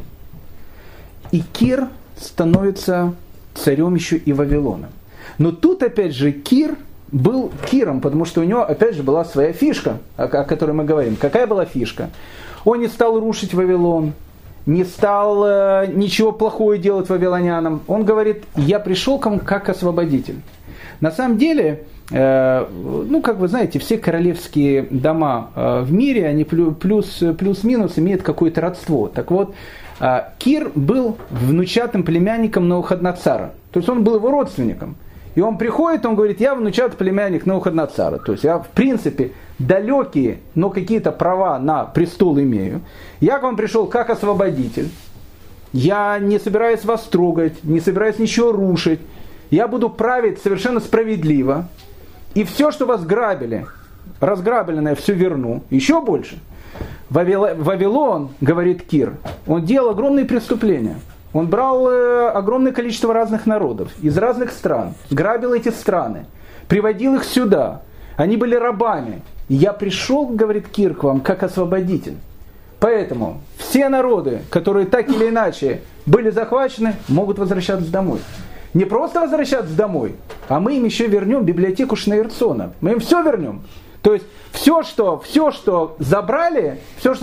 S1: И Кир становится царем еще и Вавилона. Но тут, опять же, Кир был Киром, потому что у него, опять же, была своя фишка, о которой мы говорим. Какая была фишка? Он не стал рушить Вавилон, не стал ничего плохого делать вавилонянам. Он говорит, я пришел к вам как освободитель. На самом деле, как вы знаете, все королевские дома в мире, они плюс-минус имеют какое-то родство. Так вот, Кир был внучатым племянником Навуходоносора. То есть он был его родственником. И он приходит, он говорит, я внучатый племянник Навуходоносора. То есть я, в принципе, далекие, но какие-то права на престол имею. Я к вам пришел как освободитель. Я не собираюсь вас трогать, не собираюсь ничего рушить. Я буду править совершенно справедливо. И все, что вас грабили, разграбленное все верну. Еще больше. Вавилон, говорит Кир, он делал огромные преступления. Он брал огромное количество разных народов из разных стран, грабил эти страны, приводил их сюда. Они были рабами. И я пришел, говорит Кир, к вам как освободитель. Поэтому все народы, которые так или иначе были захвачены, могут возвращаться домой. Не просто возвращаться домой, а мы им еще вернем библиотеку Шнеерсона. Мы им все вернем. То есть все, что забрали,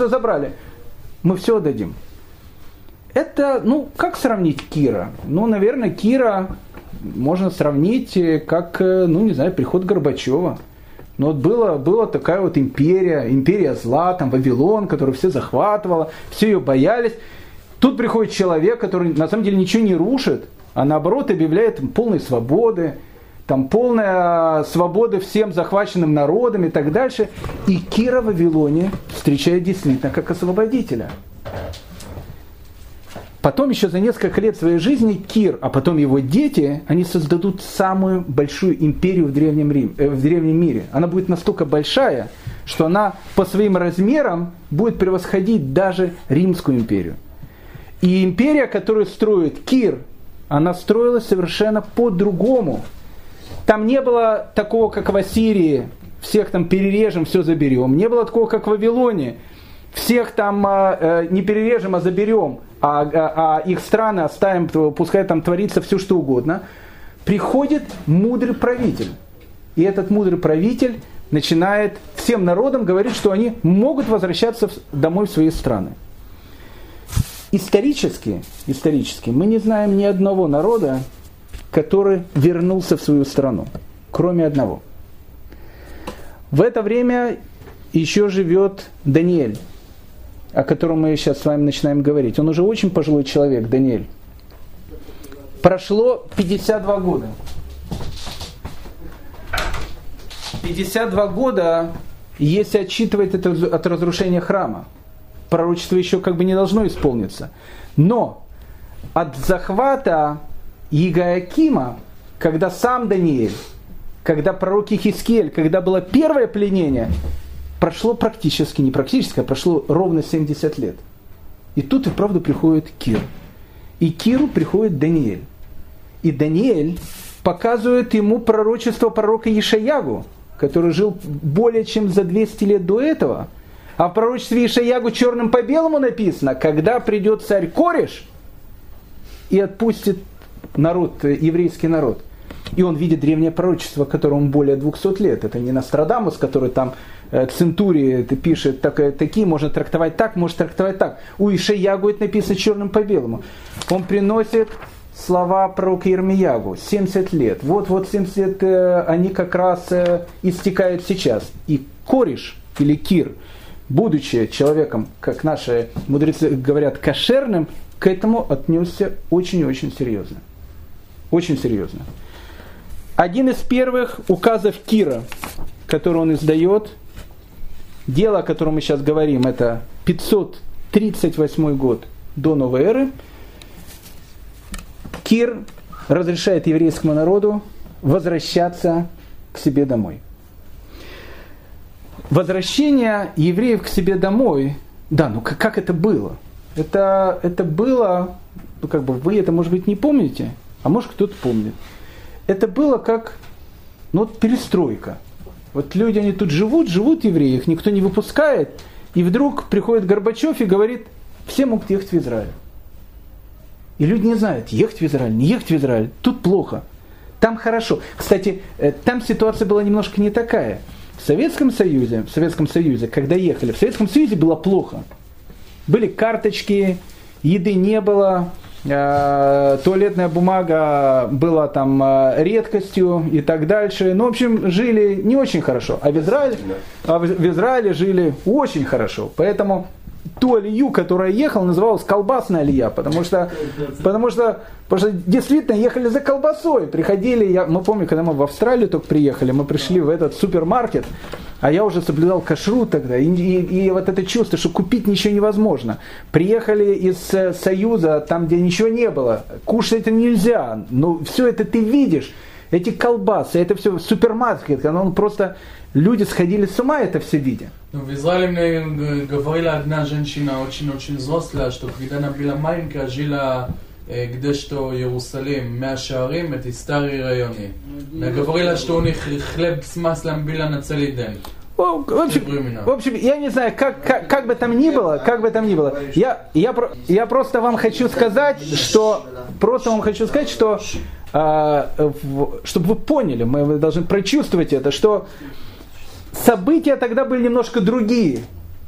S1: мы все отдадим. Это, как сравнить Кира? Наверное, Кира можно сравнить как, приход Горбачева. Но вот была такая вот империя зла, там Вавилон, которую все захватывала, все ее боялись. Тут приходит человек, который на самом деле ничего не рушит, а наоборот объявляет полной свободы, там полная свобода всем захваченным народам и так дальше. И Кира в Вавилоне встречает действительно как освободителя. Потом еще за несколько лет своей жизни Кир, а потом его дети, они создадут самую большую империю в древнем мире. Она будет настолько большая, что она по своим размерам будет превосходить даже Римскую империю. И империя, которую строит Кир, она строилась совершенно по-другому. Там не было такого, как в Ассирии, всех там перережем, все заберем. Не было такого, как в Вавилоне, всех там не перережем, а заберем, а их страны оставим, пускай там творится все, что угодно. Приходит мудрый правитель. И этот мудрый правитель начинает всем народам говорить, что они могут возвращаться домой в свои страны. Исторически мы не знаем ни одного народа, который вернулся в свою страну, кроме одного. В это время еще живет Даниэль, о котором мы сейчас с вами начинаем говорить. Он уже очень пожилой человек, Даниэль. Прошло 52 года. 52 года, если отсчитывать это от разрушения храма. Пророчество еще не должно исполниться. Но от захвата Иеоакима, когда сам Даниэль, когда пророк Ихискиэль, когда было первое пленение, прошло прошло ровно 70 лет. И тут и правда приходит Кир. И к Киру приходит Даниэль. И Даниэль показывает ему пророчество пророка Ешаягу, который жил более чем за 200 лет до этого. А в пророчестве Ишайягу черным по белому написано, когда придет царь Кореш и отпустит народ, еврейский народ. И он видит древнее пророчество, которому более 200 лет. Это не Нострадамус, который там Центурии пишет, такие можно трактовать так, можно трактовать так. У Ишайягу это написано черным по белому. Он приносит слова пророка Ирмиягу. 70 лет. Вот 70 лет они как раз истекают сейчас. И Кореш или Кир, будучи человеком, как наши мудрецы говорят, кошерным, к этому отнесся очень-очень серьезно. Очень серьезно. Один из первых указов Кира, который он издает, дело, о котором мы сейчас говорим, это 538 год до новой эры. Кир разрешает еврейскому народу возвращаться к себе домой. Возвращение евреев к себе домой, да, ну как это было? Это было, ну как бы вы это, может быть, не помните, а может кто-то помнит. Это было как, ну вот перестройка. Вот люди, они тут живут евреи, их никто не выпускает, и вдруг приходит Горбачев и говорит, все могут ехать в Израиль. И люди не знают, ехать в Израиль, не ехать в Израиль, тут плохо, там хорошо. Кстати, там ситуация была немножко не такая. В Советском Союзе, когда ехали, в Советском Союзе было плохо. Были карточки, еды не было, туалетная бумага была там редкостью и так дальше. Ну, в общем, жили не очень хорошо. А в Израиле жили очень хорошо. Поэтому ту алию, которая ехала, называлась колбасная алия, потому что действительно ехали за колбасой. Приходили, мы помним, когда мы в Австралию только приехали, мы пришли в этот супермаркет, а я уже соблюдал кашрут тогда, и вот это чувство, что купить ничего невозможно. Приехали из Союза, там, где ничего не было, кушать это нельзя, но все это ты видишь, эти колбасы, это все супермаркет, он просто, люди сходили с ума это все видя.
S2: В Израиле мне говорила одна женщина очень взрослая, что когда она была маленькая, жила где что Иерусалим, מהשערים, эти старые районы. Она говорила, что у них хлеб с маслом было на целый день.
S1: В общем, я не знаю, как бы там ни было, я просто вам хочу сказать, что чтобы вы поняли, мы должны прочувствовать это, что события тогда были немножко другие.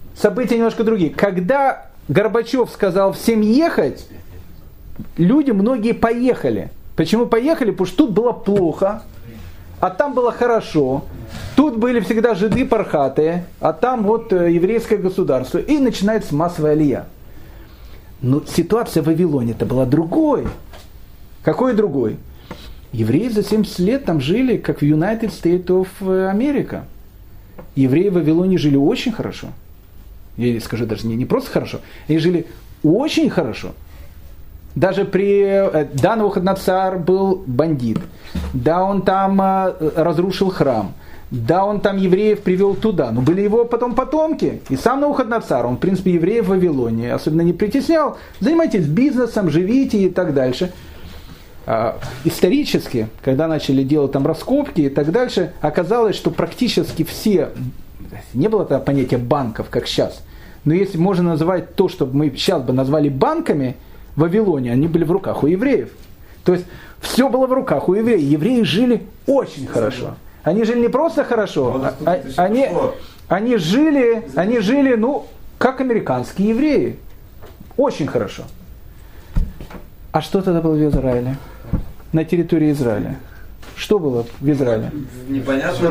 S1: Когда Горбачев сказал всем ехать, люди многие поехали. Почему поехали? Потому что тут было плохо, а там было хорошо. Тут были всегда жиды пархатые, а там вот еврейское государство. И начинается массовая алия. Но ситуация в Вавилоне-то была другой. Какой другой? Евреи за 70 лет там жили, как в United States of America. Евреи в Вавилоне жили очень хорошо. Я скажу даже не просто хорошо. Они жили очень хорошо. Даже да, Навуходоносор был бандит. Да, он там разрушил храм. Да, он там евреев привел туда. Но были его потом потомки. И сам Навуходоносор, он, в принципе, евреев в Вавилоне особенно не притеснял. Занимайтесь бизнесом, живите и так дальше. Исторически, когда начали делать там раскопки и так дальше, оказалось, что практически все, не было тогда понятия банков, как сейчас, но если можно называть то, что мы сейчас бы назвали банками, в Вавилоне, они были в руках у евреев. То есть все было в руках у евреев. Евреи жили очень хорошо. Они жили не просто хорошо, они жили, ну, как американские евреи. Очень хорошо. А что тогда было в Израиле? На территории Израиля. Что было в Израиле?
S4: Непонятно.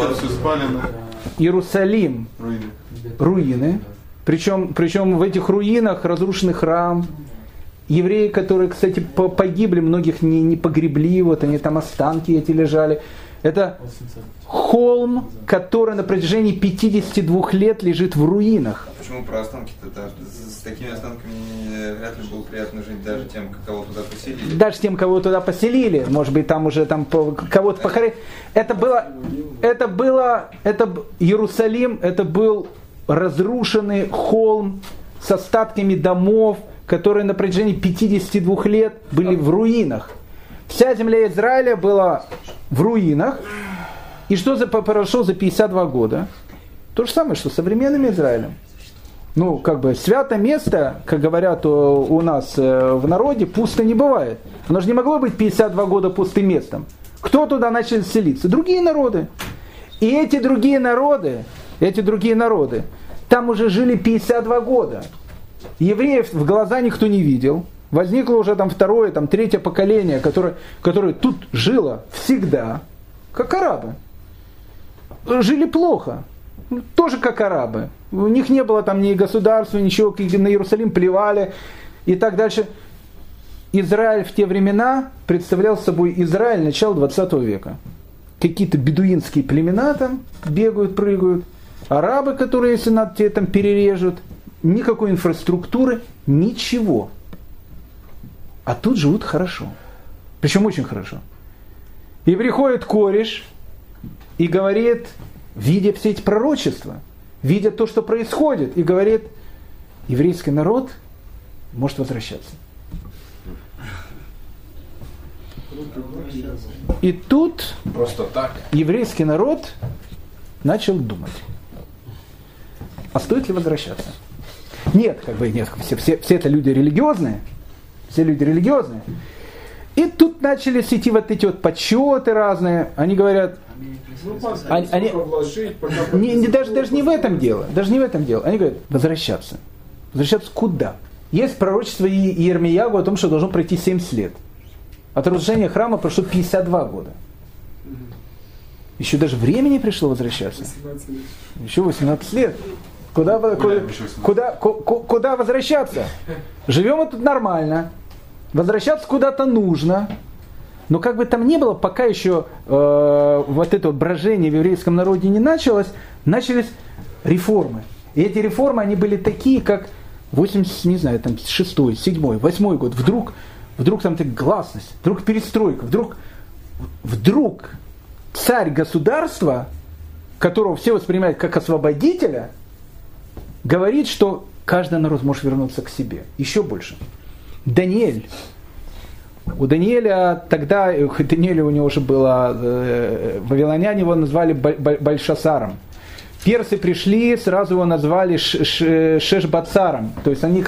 S1: Иерусалим. Руины. Причем в этих руинах разрушенный храм. Евреи, которые, кстати, погибли, многих не погребли, вот они там останки эти лежали. Это холм, который на протяжении 52 лет лежит в руинах.
S4: А почему про останки-то? С такими останками вряд ли было приятно жить даже тем, кого туда поселили.
S1: Даже тем, кого туда поселили. Может быть, там уже кого-то похоронили. Иерусалим, это был разрушенный холм с остатками домов, которые на протяжении 52 лет были в руинах. Вся земля Израиля была в руинах, И что произошло за 52 года? То же самое, что с современным Израилем. Ну, как бы, святое место, как говорят у нас в народе, пусто не бывает. Оно же не могло быть 52 года пустым местом. Кто туда начал селиться? Другие народы. И эти другие народы, там уже жили 52 года. Евреев в глаза никто не видел. Возникло уже там второе, там третье поколение, которое тут жило всегда, как арабы. Жили плохо. Тоже как арабы. У них не было там ни государства, ничего, на Иерусалим плевали и так дальше. Израиль в те времена представлял собой Израиль начала 20 века. Какие-то бедуинские племена там бегают, прыгают. Арабы, которые, если надо, тебе там перережут. Никакой инфраструктуры, ничего. А тут живут хорошо. Причем очень хорошо. И приходит кореш и говорит, видя все эти пророчества, видя то, что происходит, и говорит, еврейский народ может возвращаться. И тут
S5: просто так
S1: еврейский народ начал думать, а стоит ли возвращаться? Нет, все это люди религиозные, И тут начались идти вот эти вот подсчеты разные, они говорят, даже не в этом дело. Они говорят, возвращаться. Возвращаться куда? Есть пророчество Иеремиягу о том, что должно пройти 70 лет. От разрушения храма прошло 52 года. Еще даже времени пришло возвращаться. Еще 18 лет. Куда возвращаться? Живем мы тут нормально. Возвращаться куда-то нужно. Но как бы там ни было, пока еще вот это вот брожение в еврейском народе не началось, начались реформы. И эти реформы, они были такие, как 6-й, 7-й, 8-й год. Вдруг там гласность, вдруг перестройка, вдруг царь государства, которого все воспринимают как освободителя, говорит, что каждый народ может вернуться к себе. Еще больше. Даниэль. У Даниэля тогда, у него уже было, вавилоняне его назвали Бальшасаром. Персы пришли, сразу его назвали Шешбацаром. То есть они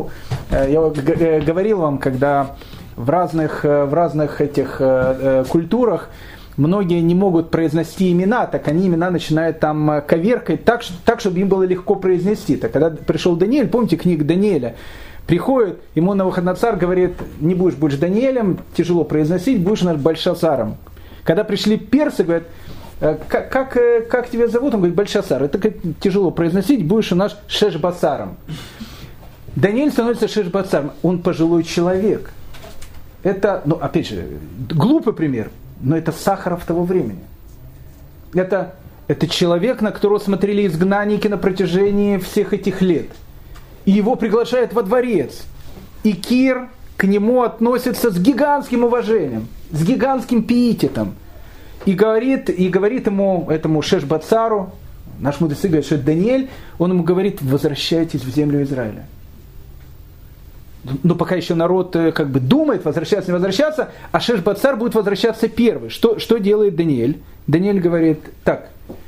S1: я говорил вам, когда в разных этих культурах многие не могут произнести имена, так они имена начинают там коверкать так, чтобы им было легко произнести. Так когда пришел Даниэль, помните книгу Даниэля, приходит, ему Навуходоносор говорит, не будешь больше Даниэлем, тяжело произносить, будешь наш Бальшасаром. Когда пришли персы, говорят, как тебя зовут? Он говорит, Бальшасар. Это тяжело произносить, будешь у нас Шешбацаром. Даниэль становится Шешбацаром. Он пожилой человек. Это, опять же, глупый пример, но это Сахаров того времени. Это человек, на которого смотрели изгнанники на протяжении всех этих лет. И его приглашают во дворец. И Кир к нему относится с гигантским уважением, с гигантским пиететом. И говорит ему, этому Шешбацару, наш мудрецы говорят, что это Даниэль, он ему говорит, возвращайтесь в землю Израиля. Но пока еще народ думает, возвращаться, не возвращаться, а Шешбацар будет возвращаться первый. Что делает Даниэль? Даниэль говорит, так,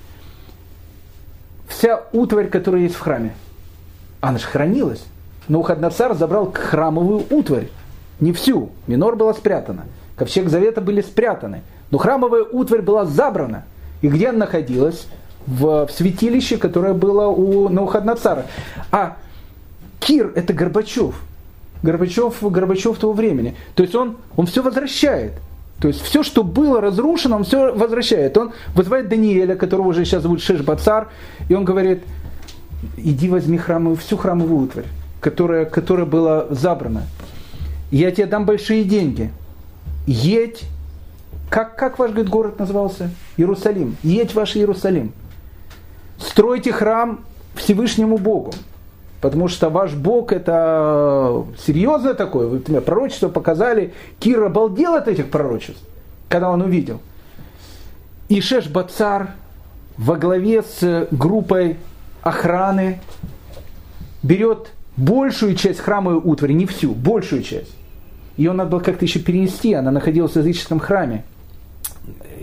S1: вся утварь, которая есть в храме, она же хранилась. Но Навуходоносор забрал храмовую утварь. Не всю. Минор была спрятана. Ковчег Завета были спрятаны. Но храмовая утварь была забрана. И где она находилась? В святилище, которое было у Навуходоносора. А Кир – это Горбачев. Горбачев того времени. То есть он все возвращает. То есть все, что было разрушено, он все возвращает. Он вызывает Даниэля, которого уже сейчас зовут Шешбацар, и он говорит, иди возьми всю храмовую утварь, которая была забрана. Я тебе дам большие деньги. Едь. Как ваш, говорит, город назывался? Иерусалим. Едь в ваш Иерусалим. Стройте храм Всевышнему Богу. Потому что ваш Бог это серьезное такое. Вы мне пророчество показали. Кир обалдел от этих пророчеств, когда он увидел. И Шешбацар во главе с группой охраны берет большую часть храмовой утвари, не всю, большую часть. Ее надо было как-то еще перенести, она находилась в языческом храме.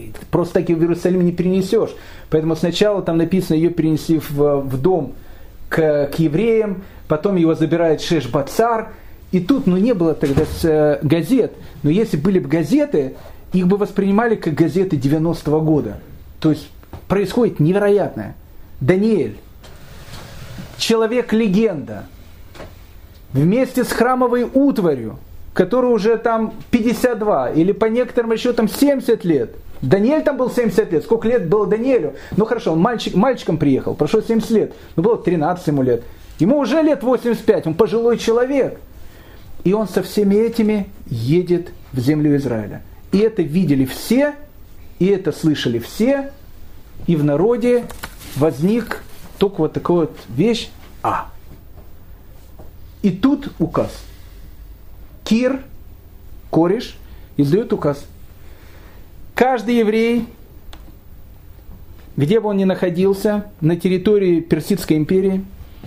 S1: просто так ее в Иерусалим не перенесешь. Поэтому сначала там написано, ее перенесли в дом к евреям, потом его забирает Шеш-Бацар. И тут, не было тогда газет, но если были бы газеты, их бы воспринимали как газеты 90-го года. То есть происходит невероятное. Даниэль, человек-легенда, вместе с храмовой утварью, которой уже там 52, или по некоторым расчетам 70 лет. Даниэль там был 70 лет. Сколько лет было Даниэлю? Хорошо, он мальчиком приехал, прошло 70 лет. Было 13 ему лет. Ему уже лет 85, он пожилой человек. И он со всеми этими едет в землю Израиля. И это видели все, и это слышали все, и в народе возник только вот такая вот вещь. И тут указ. Кир, кореш, издает указ. Каждый еврей, где бы он ни находился, на территории Персидской империи,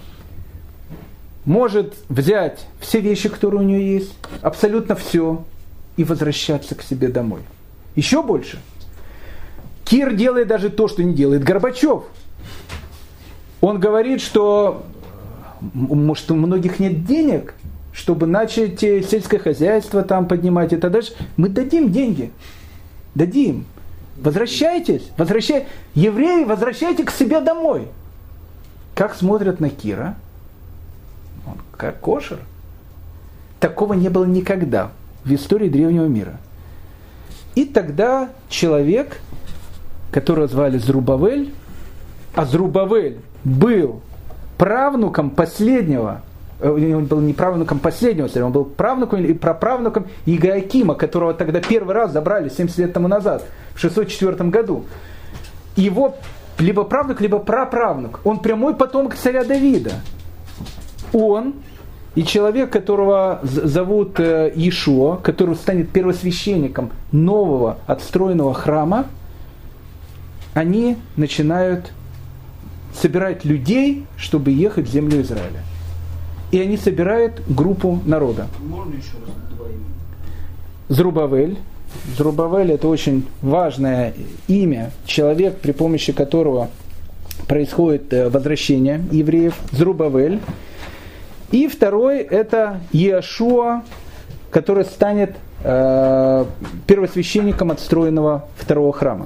S1: может взять все вещи, которые у нее есть, абсолютно все, и возвращаться к себе домой. Еще больше. Кир делает даже то, что не делает Горбачев. Он говорит, что, может, у многих нет денег, чтобы начать сельское хозяйство там поднимать и так дальше. Мы дадим деньги. Дадим. Возвращайтесь. Евреи, возвращайте к себе домой. Как смотрят на Кира? Он как кошер. Такого не было никогда в истории древнего мира. И тогда человек, которого звали Зрубавель, а Зрубавель был правнуком последнего, он был не правнуком последнего царя, он был правнуком или праправнуком Иеоакима, которого тогда первый раз забрали 70 лет тому назад, в 604 году. Его либо правнук, либо праправнук. Он прямой потомок царя Давида. Он и человек, которого зовут Иешуа, который станет первосвященником нового отстроенного храма, они начинают собирать людей, чтобы ехать в землю Израиля. И они собирают группу народа.
S3: Можно еще раз два имени?
S1: Зрубавель. Зрубавель – это очень важное имя, человек, при помощи которого происходит возвращение евреев. Зрубавель. И второй – это Иешуа, который станет первосвященником отстроенного второго храма.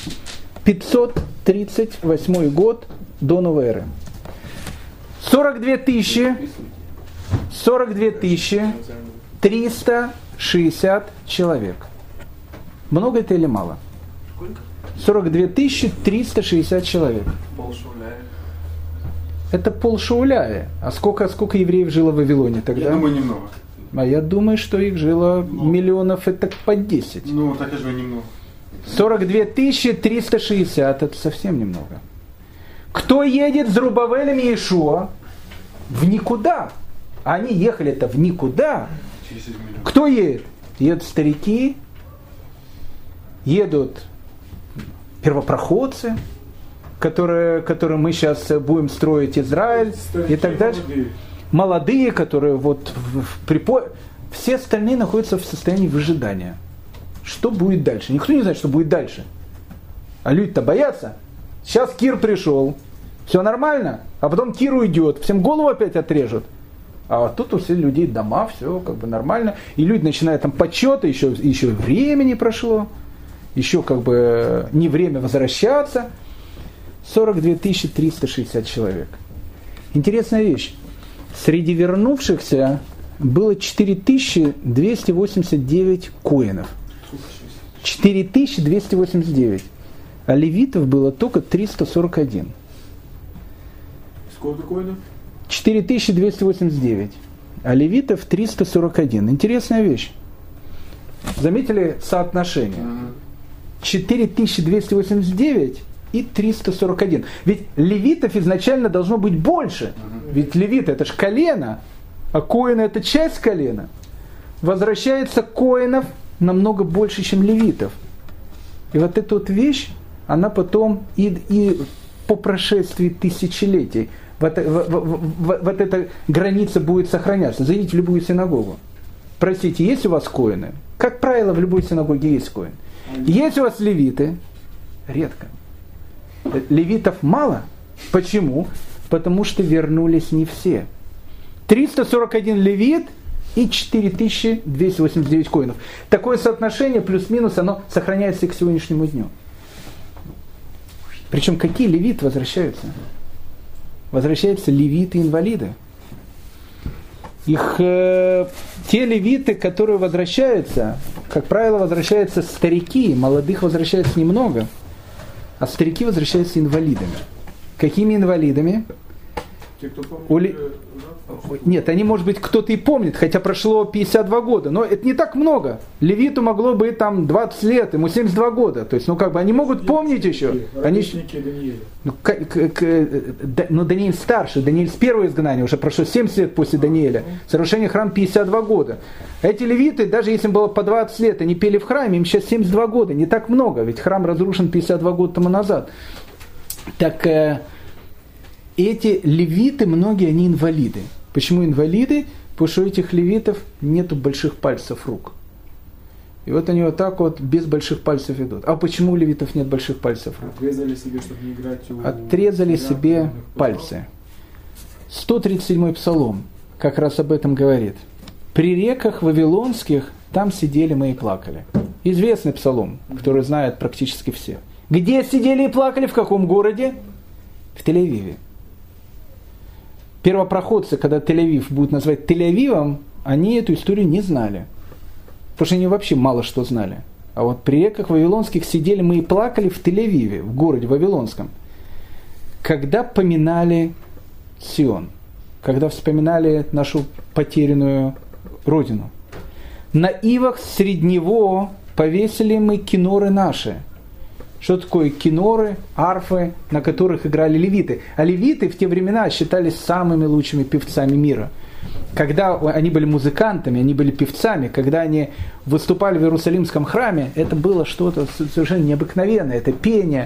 S1: 538 год до новой эры. 42 360 человек. Много это или мало?
S3: Сколько?
S1: 42 360 человек.
S3: Полшауляя.
S1: Это полшауляя. А сколько евреев жило в Вавилоне тогда?
S5: Я думаю, немного.
S1: А я думаю, что их жило миллионов, это по 10.
S5: Ну, так и же немного.
S1: 42 360, это совсем немного. Кто едет с Зрубавелем и Иешуа? В никуда. Они ехали-то в никуда. Кто едет? Едут старики, едут первопроходцы, которые мы сейчас будем строить Израиль, старики и так дальше. Молодые, которые все остальные находятся в состоянии выжидания. Что будет дальше? Никто не знает, что будет дальше. А люди-то боятся. Сейчас Кир пришел, все нормально, а потом Кир уйдет, всем голову опять отрежут. А тут у всех людей дома, все как бы нормально. И люди начинают там подсчеты, еще времени прошло, еще как бы не время возвращаться. 42 360 человек. Интересная вещь. Среди вернувшихся было 4289 коэнов. 4289. А левитов было только 341.
S5: Сколько коинов?
S1: 4289. А левитов 341. Интересная вещь. Заметили соотношение? 4289 и 341. Ведь левитов изначально должно быть больше. Ведь левиты это же колено, а коины это часть колена. Возвращается коинов намного больше, чем левитов. И вот эта вот вещь, она потом и по прошествии тысячелетий, вот эта граница будет сохраняться. Зайдите в любую синагогу. Простите, есть у вас коины? Как правило, в любой синагоге есть коэн. Есть у вас левиты? Редко. Левитов мало. Почему? Потому что вернулись не все. 341 левит и 4289 коинов. Такое соотношение плюс-минус, оно сохраняется и к сегодняшнему дню. Причем какие левиты возвращаются? Возвращаются левиты-инвалиды. Те левиты, которые возвращаются, как правило, возвращаются старики, молодых возвращается немного, а старики возвращаются инвалидами. Какими инвалидами?
S3: Те, кто помнит,
S1: Нет, они, может быть, кто-то и помнит, хотя прошло 52 года, но это не так много. Левиту могло быть там 20 лет, ему 72 года. То есть, они могут помнить еще. Они... Даниил старше, Даниил с первого изгнания, уже прошло 70 лет после Даниила. Совершение храма 52 года. Эти левиты, даже если им было по 20 лет, они пели в храме, им сейчас 72 года, не так много, ведь храм разрушен 52 года тому назад. Так эти левиты, многие, они инвалиды. Почему инвалиды? Потому что у этих левитов нету больших пальцев рук. И вот они вот так вот без больших пальцев идут. А почему у левитов нет больших пальцев рук?
S3: Отрезали себе, чтобы не играть
S1: Отрезали себе пальцы. 137-й псалом как раз об этом говорит. При реках вавилонских там сидели мы и плакали. Известный псалом, который знают практически все. Где сидели и плакали? В каком городе? В Тель-Авиве. Первопроходцы, когда Тель-Авив будут называть Тель-Авивом, они эту историю не знали. Потому что они вообще мало что знали. А вот при реках вавилонских сидели мы и плакали в Тель-Авиве, в городе Вавилонском. Когда поминали Сион, когда вспоминали нашу потерянную родину. На ивах средь него повесили мы киноры наши. Что такое киноры, арфы, на которых играли левиты? А левиты в те времена считались самыми лучшими певцами мира. Когда они были музыкантами, они были певцами, когда они выступали в Иерусалимском храме, это было что-то совершенно необыкновенное. Это пение,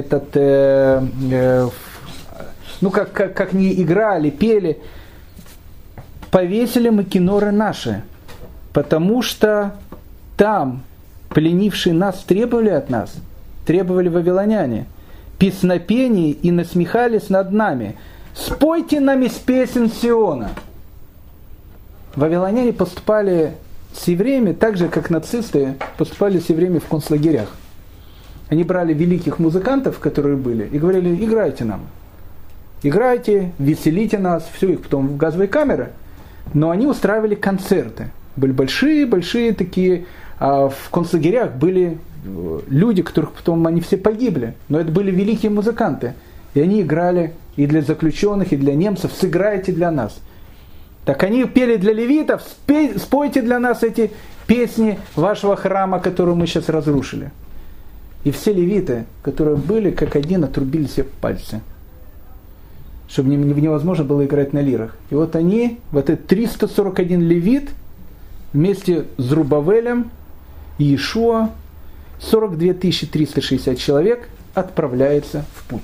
S1: как они играли, пели. Повесили мы киноры наши, потому что там пленившие нас требовали от нас, требовали вавилоняне, песнопений и насмехались над нами. Спойте нам из песен Сиона. Вавилоняне поступали с евреями так же, как нацисты поступали с евреями в концлагерях. Они брали великих музыкантов, которые были, и говорили: играйте нам. Играйте, веселите нас, все, их потом в газовые камеры. Но они устраивали концерты. Были большие такие, в концлагерях были люди, которых потом они все погибли. Но это были великие музыканты. И они играли и для заключенных, и для немцев. Сыграйте для нас. Так они пели для левитов: спойте для нас эти песни вашего храма, который мы сейчас разрушили. И все левиты, которые были, как один, отрубили себе пальцы, чтобы невозможно было играть на лирах. И вот они, вот этот 341 левит, вместе с Зрубавелем и Иешуа, 42 360 человек, отправляются в путь.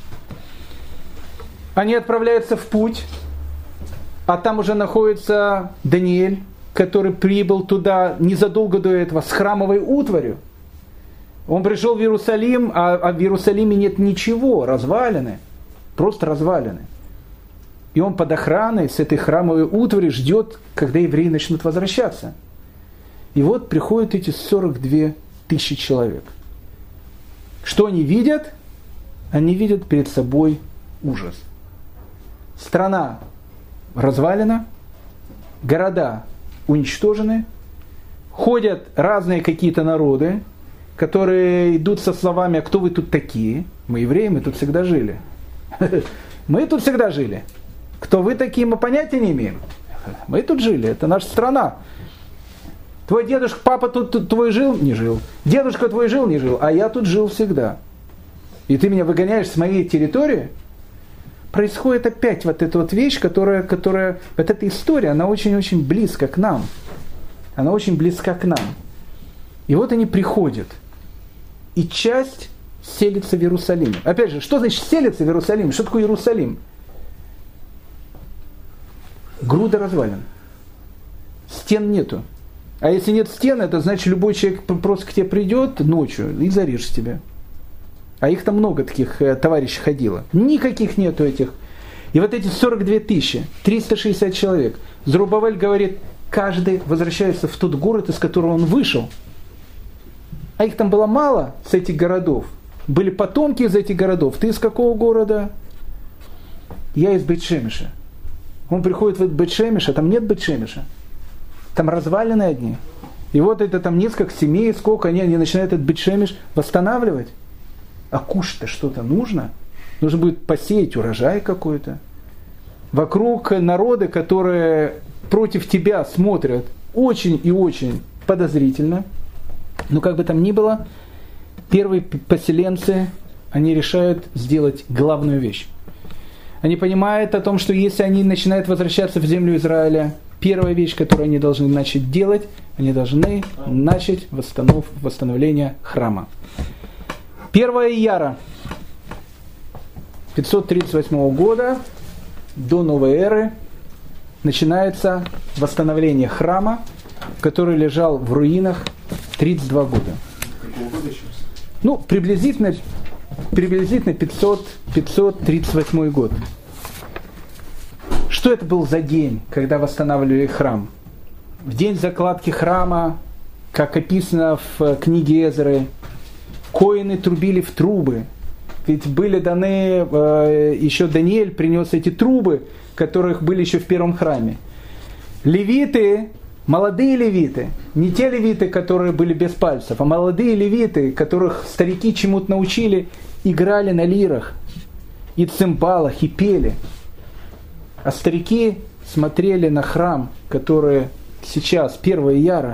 S1: Они отправляются в путь, а там уже находится Даниэль, который прибыл туда незадолго до этого с храмовой утварью. Он пришел в Иерусалим, а в Иерусалиме нет ничего, развалины, просто развалины. И он под охраной с этой храмовой утварью ждет, когда евреи начнут возвращаться. И вот приходят эти 42 тысячи человек. Что они видят? Они видят перед собой ужас. Страна развалена, города уничтожены, ходят разные какие-то народы, которые идут со словами: а кто вы тут такие? Мы евреи, мы тут всегда жили. Мы тут всегда жили. Кто вы такие, мы понятия не имеем. Мы тут жили, это наша страна. Твой дедушка, папа тут твой жил? Не жил. Дедушка твой жил? Не жил. А я тут жил всегда. И ты меня выгоняешь с моей территории? Происходит опять вот эта вот вещь, которая вот эта история, она очень-очень близко к нам. Она очень близка к нам. И вот они приходят. И часть селится в Иерусалиме. Опять же, что значит селится в Иерусалиме? Что такое Иерусалим? Груда развалин. Стен нету. А если нет стен, это значит, любой человек просто к тебе придет ночью и зарежет тебя. А их там много таких товарищей ходило. Никаких нету этих. И вот эти 42 тысячи, 360 человек. Зорубавель говорит, каждый возвращается в тот город, из которого он вышел. А их там было мало с этих городов. Были потомки из этих городов. Ты из какого города? Я из Бейт-Шемеша. Он приходит в Бейт-Шемеш, а там нет Бейт-Шемеша. Там развалины одни. И вот это там несколько семей, сколько они начинают этот Бейт-Шемеш восстанавливать. А кушать-то что-то нужно. Нужно будет посеять урожай какой-то. Вокруг народы, которые против тебя смотрят очень и очень подозрительно. Но как бы там ни было, первые поселенцы, они решают сделать главную вещь. Они понимают о том, что если они начинают возвращаться в землю Израиля, первая вещь, которую они должны начать делать, они должны начать восстановление храма. 1 Ияра 538 года до новой эры начинается восстановление храма, который лежал в руинах 32 года.
S3: Какого года сейчас?
S1: Ну, приблизительно 538 год. Что это был за день, когда восстанавливали храм? В день закладки храма, как описано в книге Эзры, коины трубили в трубы. Ведь были даны, еще Даниэль принес эти трубы, которых были еще в первом храме. Левиты, молодые левиты, не те левиты, которые были без пальцев, а молодые левиты, которых старики чему-то научили, играли на лирах и цимбалах, и пели. А старики смотрели на храм, который сейчас, 1 Ияра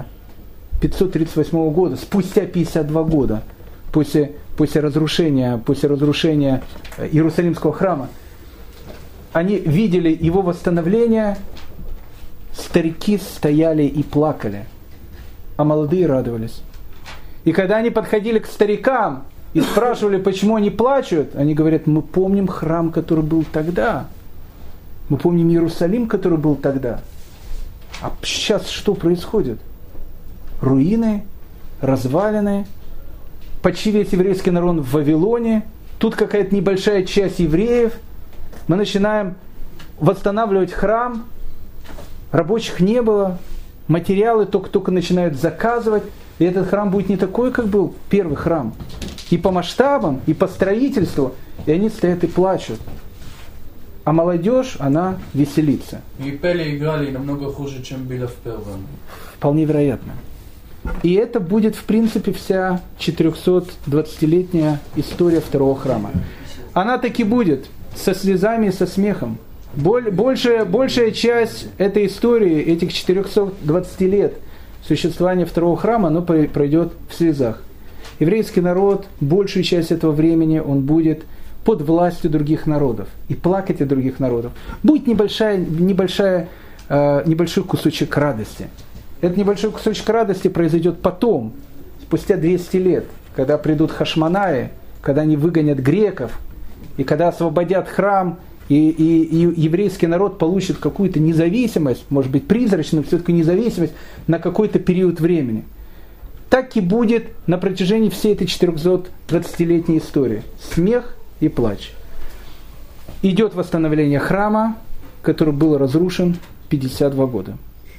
S1: 538 года, спустя 52 года, после разрушения Иерусалимского храма, они видели его восстановление, старики стояли и плакали, а молодые радовались. И когда они подходили к старикам и спрашивали, почему они плачут, они говорят, мы помним храм, который был тогда, мы помним Иерусалим, который был тогда. А сейчас что происходит? Руины, развалины, почти весь еврейский народ в Вавилоне, тут какая-то небольшая часть евреев. Мы начинаем восстанавливать храм, рабочих не было, материалы только начинают заказывать, и этот храм будет не такой, как был первый храм. И по масштабам, и по строительству, и они стоят и плачут. А молодежь, она веселится.
S2: И пели, играли намного хуже, чем было в первом.
S1: Вполне вероятно. И это будет, в принципе, вся 420-летняя история второго храма. Она таки будет со слезами и со смехом. Большая часть этой истории, этих 420 лет существования второго храма, оно пройдет в слезах. Еврейский народ, большую часть этого времени, он будет под властью других народов и плакать от других народов. Будет небольшой кусочек радости. Этот небольшой кусочек радости произойдет потом, спустя 200 лет, когда придут хашмонаи, когда они выгонят греков, и когда освободят храм, и еврейский народ получит какую-то независимость, может быть призрачную, все-таки независимость на какой-то период времени. Так и будет на протяжении всей этой 420-летней истории. Смех и плач. Идет восстановление храма, который был разрушен 52 года.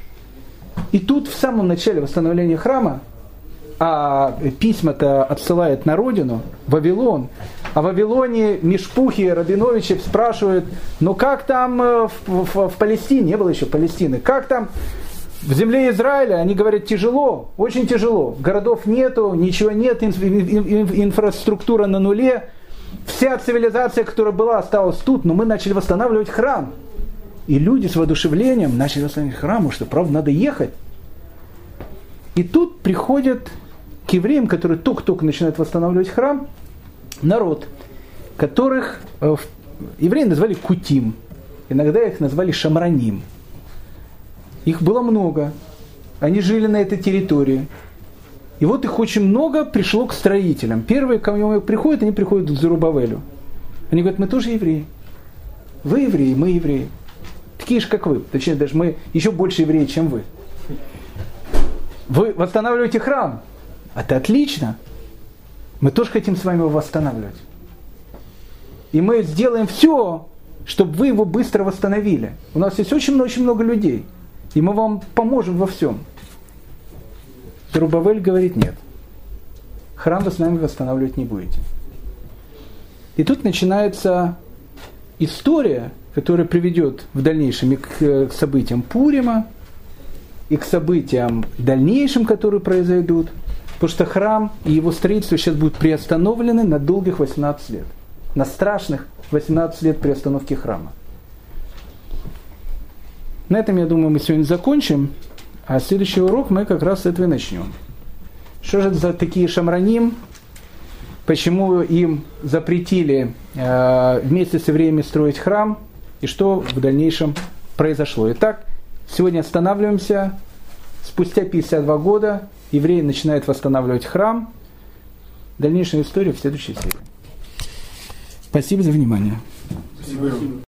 S1: И тут в самом начале восстановления храма, а письма-то отсылает на родину, Вавилон, а в Вавилоне Мишпухи, Рабиновичев спрашивают, ну как там в Палестине, не было еще Палестины, как там в земле Израиля? Они говорят, тяжело, очень тяжело, городов нету, ничего нет, инфраструктура на нуле, вся цивилизация, которая была, осталась тут, но мы начали восстанавливать храм. И люди с воодушевлением начали восстанавливать храм, потому что, правда, надо ехать. И тут приходят к евреям, которые только-только начинают восстанавливать храм, народ, которых евреи назвали кутим, иногда их назвали шамраним. Их было много, они жили на этой территории. И вот их очень много пришло к строителям. Первые, к кому приходят, они приходят к Зорубавелю. Они говорят, мы тоже евреи. Вы евреи, мы евреи. Такие же, как вы. Точнее, даже мы еще больше евреи, чем вы. Вы восстанавливаете храм. Это отлично. Мы тоже хотим с вами его восстанавливать. И мы сделаем все, чтобы вы его быстро восстановили. У нас есть очень много людей. И мы вам поможем во всем. Зарубавель говорит, нет. Храм вы с нами восстанавливать не будете. И тут начинается история, которая приведет в дальнейшем и к событиям Пурима, и к событиям дальнейшим, которые произойдут. Потому что храм и его строительство сейчас будут приостановлены на долгих 18 лет. На страшных 18 лет приостановки храма. На этом, я думаю, мы сегодня закончим. А следующий урок мы как раз с этого и начнем. Что же это за такие шамраним? Почему им запретили вместе с евреями строить храм? И что в дальнейшем произошло? Итак, сегодня останавливаемся. Спустя 52 года евреи начинают восстанавливать храм. Дальнейшая история в следующей серии. Спасибо за внимание.
S3: Спасибо.